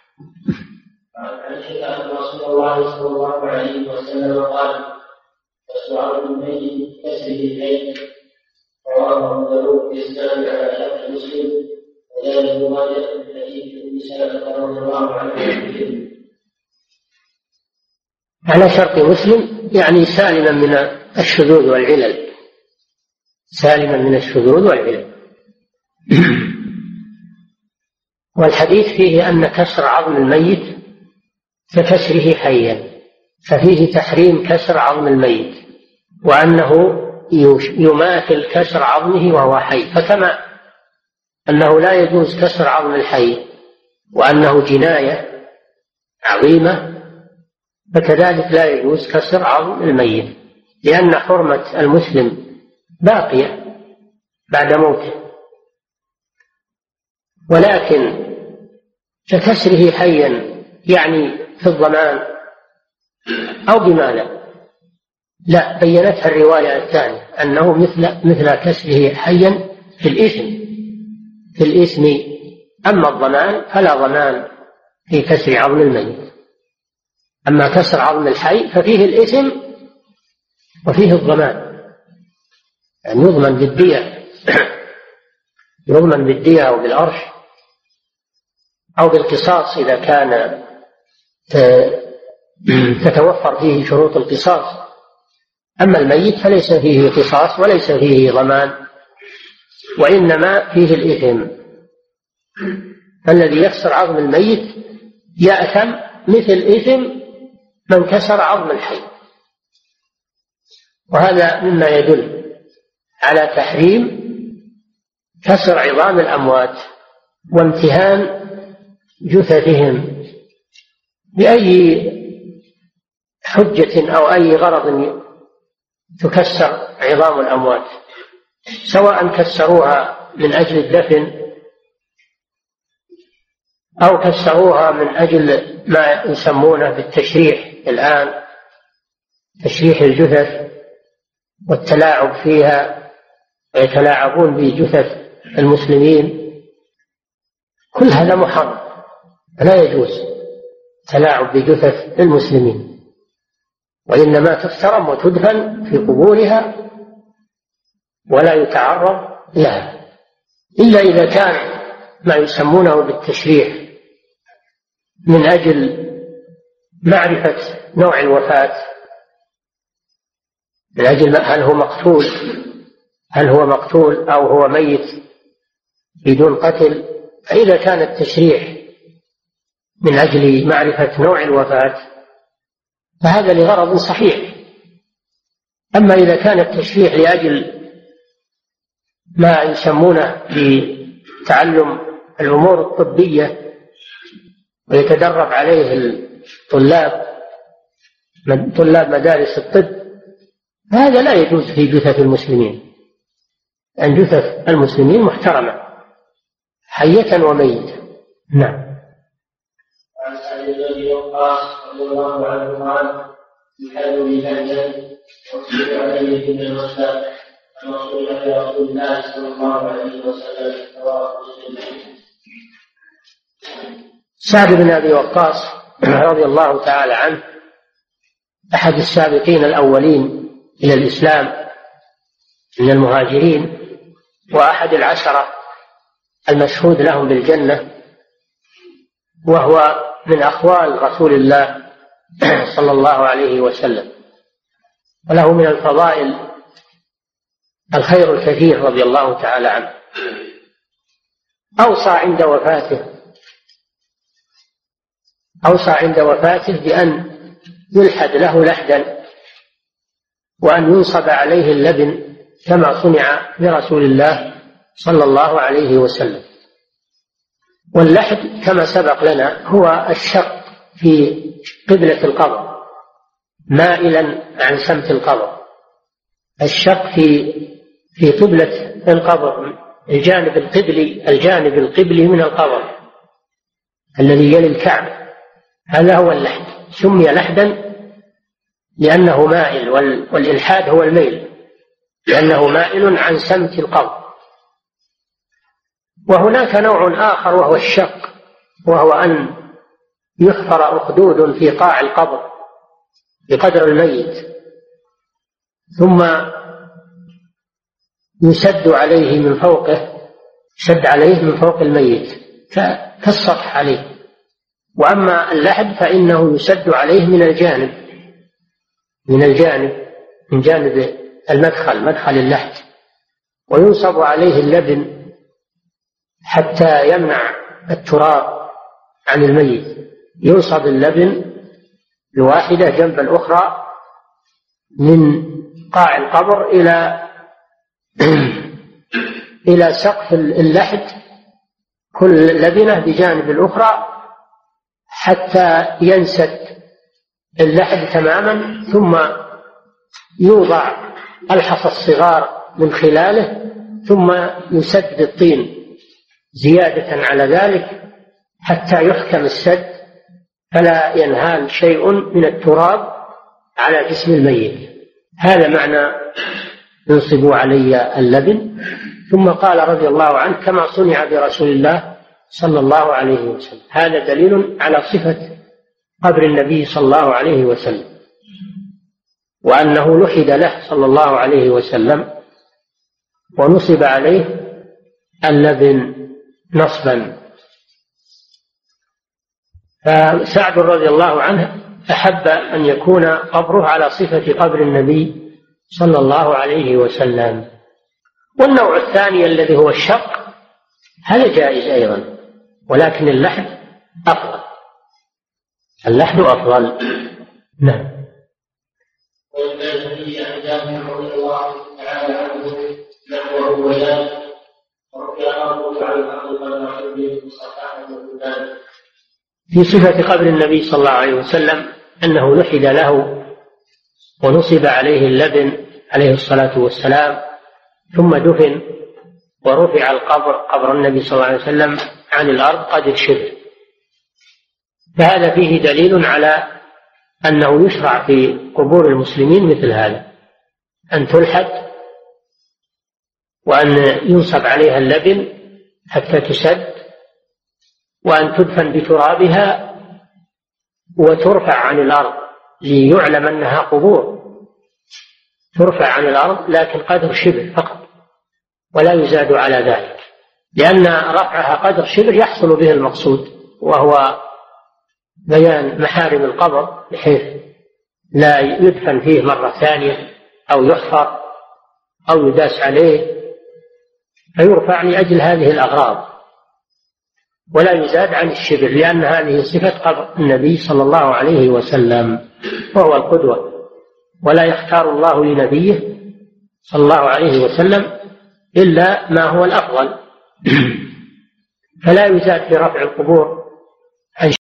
عن رسول الله صلى الله عليه وسلم قال: وسعاد الميت كسره الليل. رواه أبو داود بإسناد على شرط مسلم، وذلك ما جاء في حديث أم سلمة رضي الله عنها على شرط مسلم، يعني سالما من الشذوذ والعلل، سالما من الشذوذ والعلل. والحديث فيه أن كسر عظم الميت ككسره حيا، ففيه تحريم كسر عظم الميت، وأنه يماثل كسر عظمه وهو حي. فكما أنه لا يجوز كسر عظم الحي وأنه جناية عظيمة، فكذلك لا يجوز كسر عظم الميت، لأن حرمة المسلم باقية بعد موته. ولكن ككسره حيا يعني في الضمان أو بماذا؟ لا، بينتها الرواية الثانية أنه مثل مثل كسره حيا في الإثم في الإثم أما الضمان فلا ضمان في كسر عظم الميت. أما كسر عظم الحي ففيه الإثم وفيه الضمان، يعني يضمن بالدية يضمن بالدية أو بالأرش أو بالقصاص إذا كان تتوفر فيه شروط القصاص. أما الميت فليس فيه قصاص وليس فيه ضمان، وإنما فيه الإثم. الذي يكسر عظم الميت يأثم مثل إثم من كسر عظم الحي. وهذا مما يدل على تحريم كسر عظام الأموات وامتهان جثثهم بأي حجة أو أي غرض تكسر عظام الأموات، سواء كسروها من أجل الدفن أو كسروها من أجل ما يسمونه بالتشريح الآن، تشريح الجثث والتلاعب فيها، ويتلاعبون بجثث المسلمين. كل هذا محرم، لا يجوز تلاعب بجثث المسلمين، وإنما تحترم وتدفن في قبورها ولا يتعرض لها، إلا إذا كان ما يسمونه بالتشريح من أجل معرفة نوع الوفاة، من أجل هل هو مقتول هل هو مقتول أو هو ميت بدون قتل. فإذا كان التشريح من أجل معرفة نوع الوفاة فهذا لغرض صحيح. أما إذا كان التشريح لأجل ما يسمونه بتعلم الأمور الطبية ويتدرب عليه الطلاب طلاب مدارس الطب، هذا لا يجوز في جثث المسلمين، أن جثث المسلمين محترمة حية وميتة. نعم. عن سعد بن وقاص رضي الله عنه قال: يحل بجنة وصل عليه من المسلم المصروف على رسول الله صلى الله عليه وسلم. سعد بن أبي وقاص رضي الله تعالى عنه أحد السابقين الأولين إلى الإسلام من المهاجرين، وأحد العشرة المشهود لهم بالجنة، وهو من أخوال رسول الله صلى الله عليه وسلم، وله من الفضائل الخير الكثير رضي الله تعالى عنه. أوصى عند وفاته أوصى عند وفاته بأن يلحد له لحدا وأن ينصب عليه اللبن كما صنع برسول الله صلى الله عليه وسلم. واللحد كما سبق لنا هو الشق في قبلة القبر مائلا عن سمت القبر، الشق في في قبلة القبر، الجانب القبلي الجانب القبلي من القبر الذي يلي الكعبة، هذا هو اللحد. سمي لحدا لأنه مائل، والإلحاد هو الميل لأنه مائل عن سمت القبر. وهناك نوع آخر وهو الشق، وهو أن يحفر أخدود في قاع القبر بقدر الميت ثم يسد عليه من فوقه شد عليه من فوق الميت كالسطح عليه. وأما اللحد فإنه يسد عليه من الجانب من الجانب من جانب المدخل مدخل اللحد، وينصب عليه اللبن حتى يمنع التراب عن الميت. ينصب اللبن الواحدة جنب الأخرى من قاع القبر إلى إلى سقف اللحد، كل لبنة بجانب الأخرى حتى ينسد اللحد تماما، ثم يوضع الحصى الصغار من خلاله، ثم يسد الطين زيادة على ذلك حتى يحكم السد فلا ينهال شيء من التراب على جسم الميت. هذا معنى ينصبوا علي اللبن. ثم قال رضي الله عنه: كما صنع برسول الله صلى الله عليه وسلم. هذا دليل على صفة قبر النبي صلى الله عليه وسلم. وأنه لحد له صلى الله عليه وسلم ونصب عليه اللبن نصبا. فسعد رضي الله عنه أحب أن يكون قبره على صفة قبر النبي صلى الله عليه وسلم. والنوع الثاني الذي هو الشق هذا جائز أيضا، ولكن اللحد أفضل، اللحد أفضل. نعم. وكان في أحداث رضي الله تعالى عنه نحوه وياه وكان على الأرض في صفة قبر النبي صلى الله عليه وسلم أنه لحد له ونصب عليه اللبن عليه الصلاة والسلام، ثم دفن ورفع القبر قبر النبي صلى الله عليه وسلم عن الأرض قدر شبر. فهذا فيه دليل على أنه يشرع في قبور المسلمين مثل هذا، أن تلحد وأن ينصب عليها اللبن حتى تسد، وأن تدفن بترابها وترفع عن الأرض ليعلم أنها قبور، ترفع عن الأرض لكن قدر شبر فقط ولا يزاد على ذلك، لأن رفعها قدر شبر يحصل به المقصود، وهو بيان محارم القبر بحيث لا يدفن فيه مرة ثانية أو يحفر أو يداس عليه، فيرفع لأجل هذه الأغراض ولا يزاد عن الشبر، لأن هذه صفة قبر النبي صلى الله عليه وسلم وهو القدوة، ولا يختار الله لنبيه صلى الله عليه وسلم إلا ما هو الأفضل، فلا يزاد في رفع القبور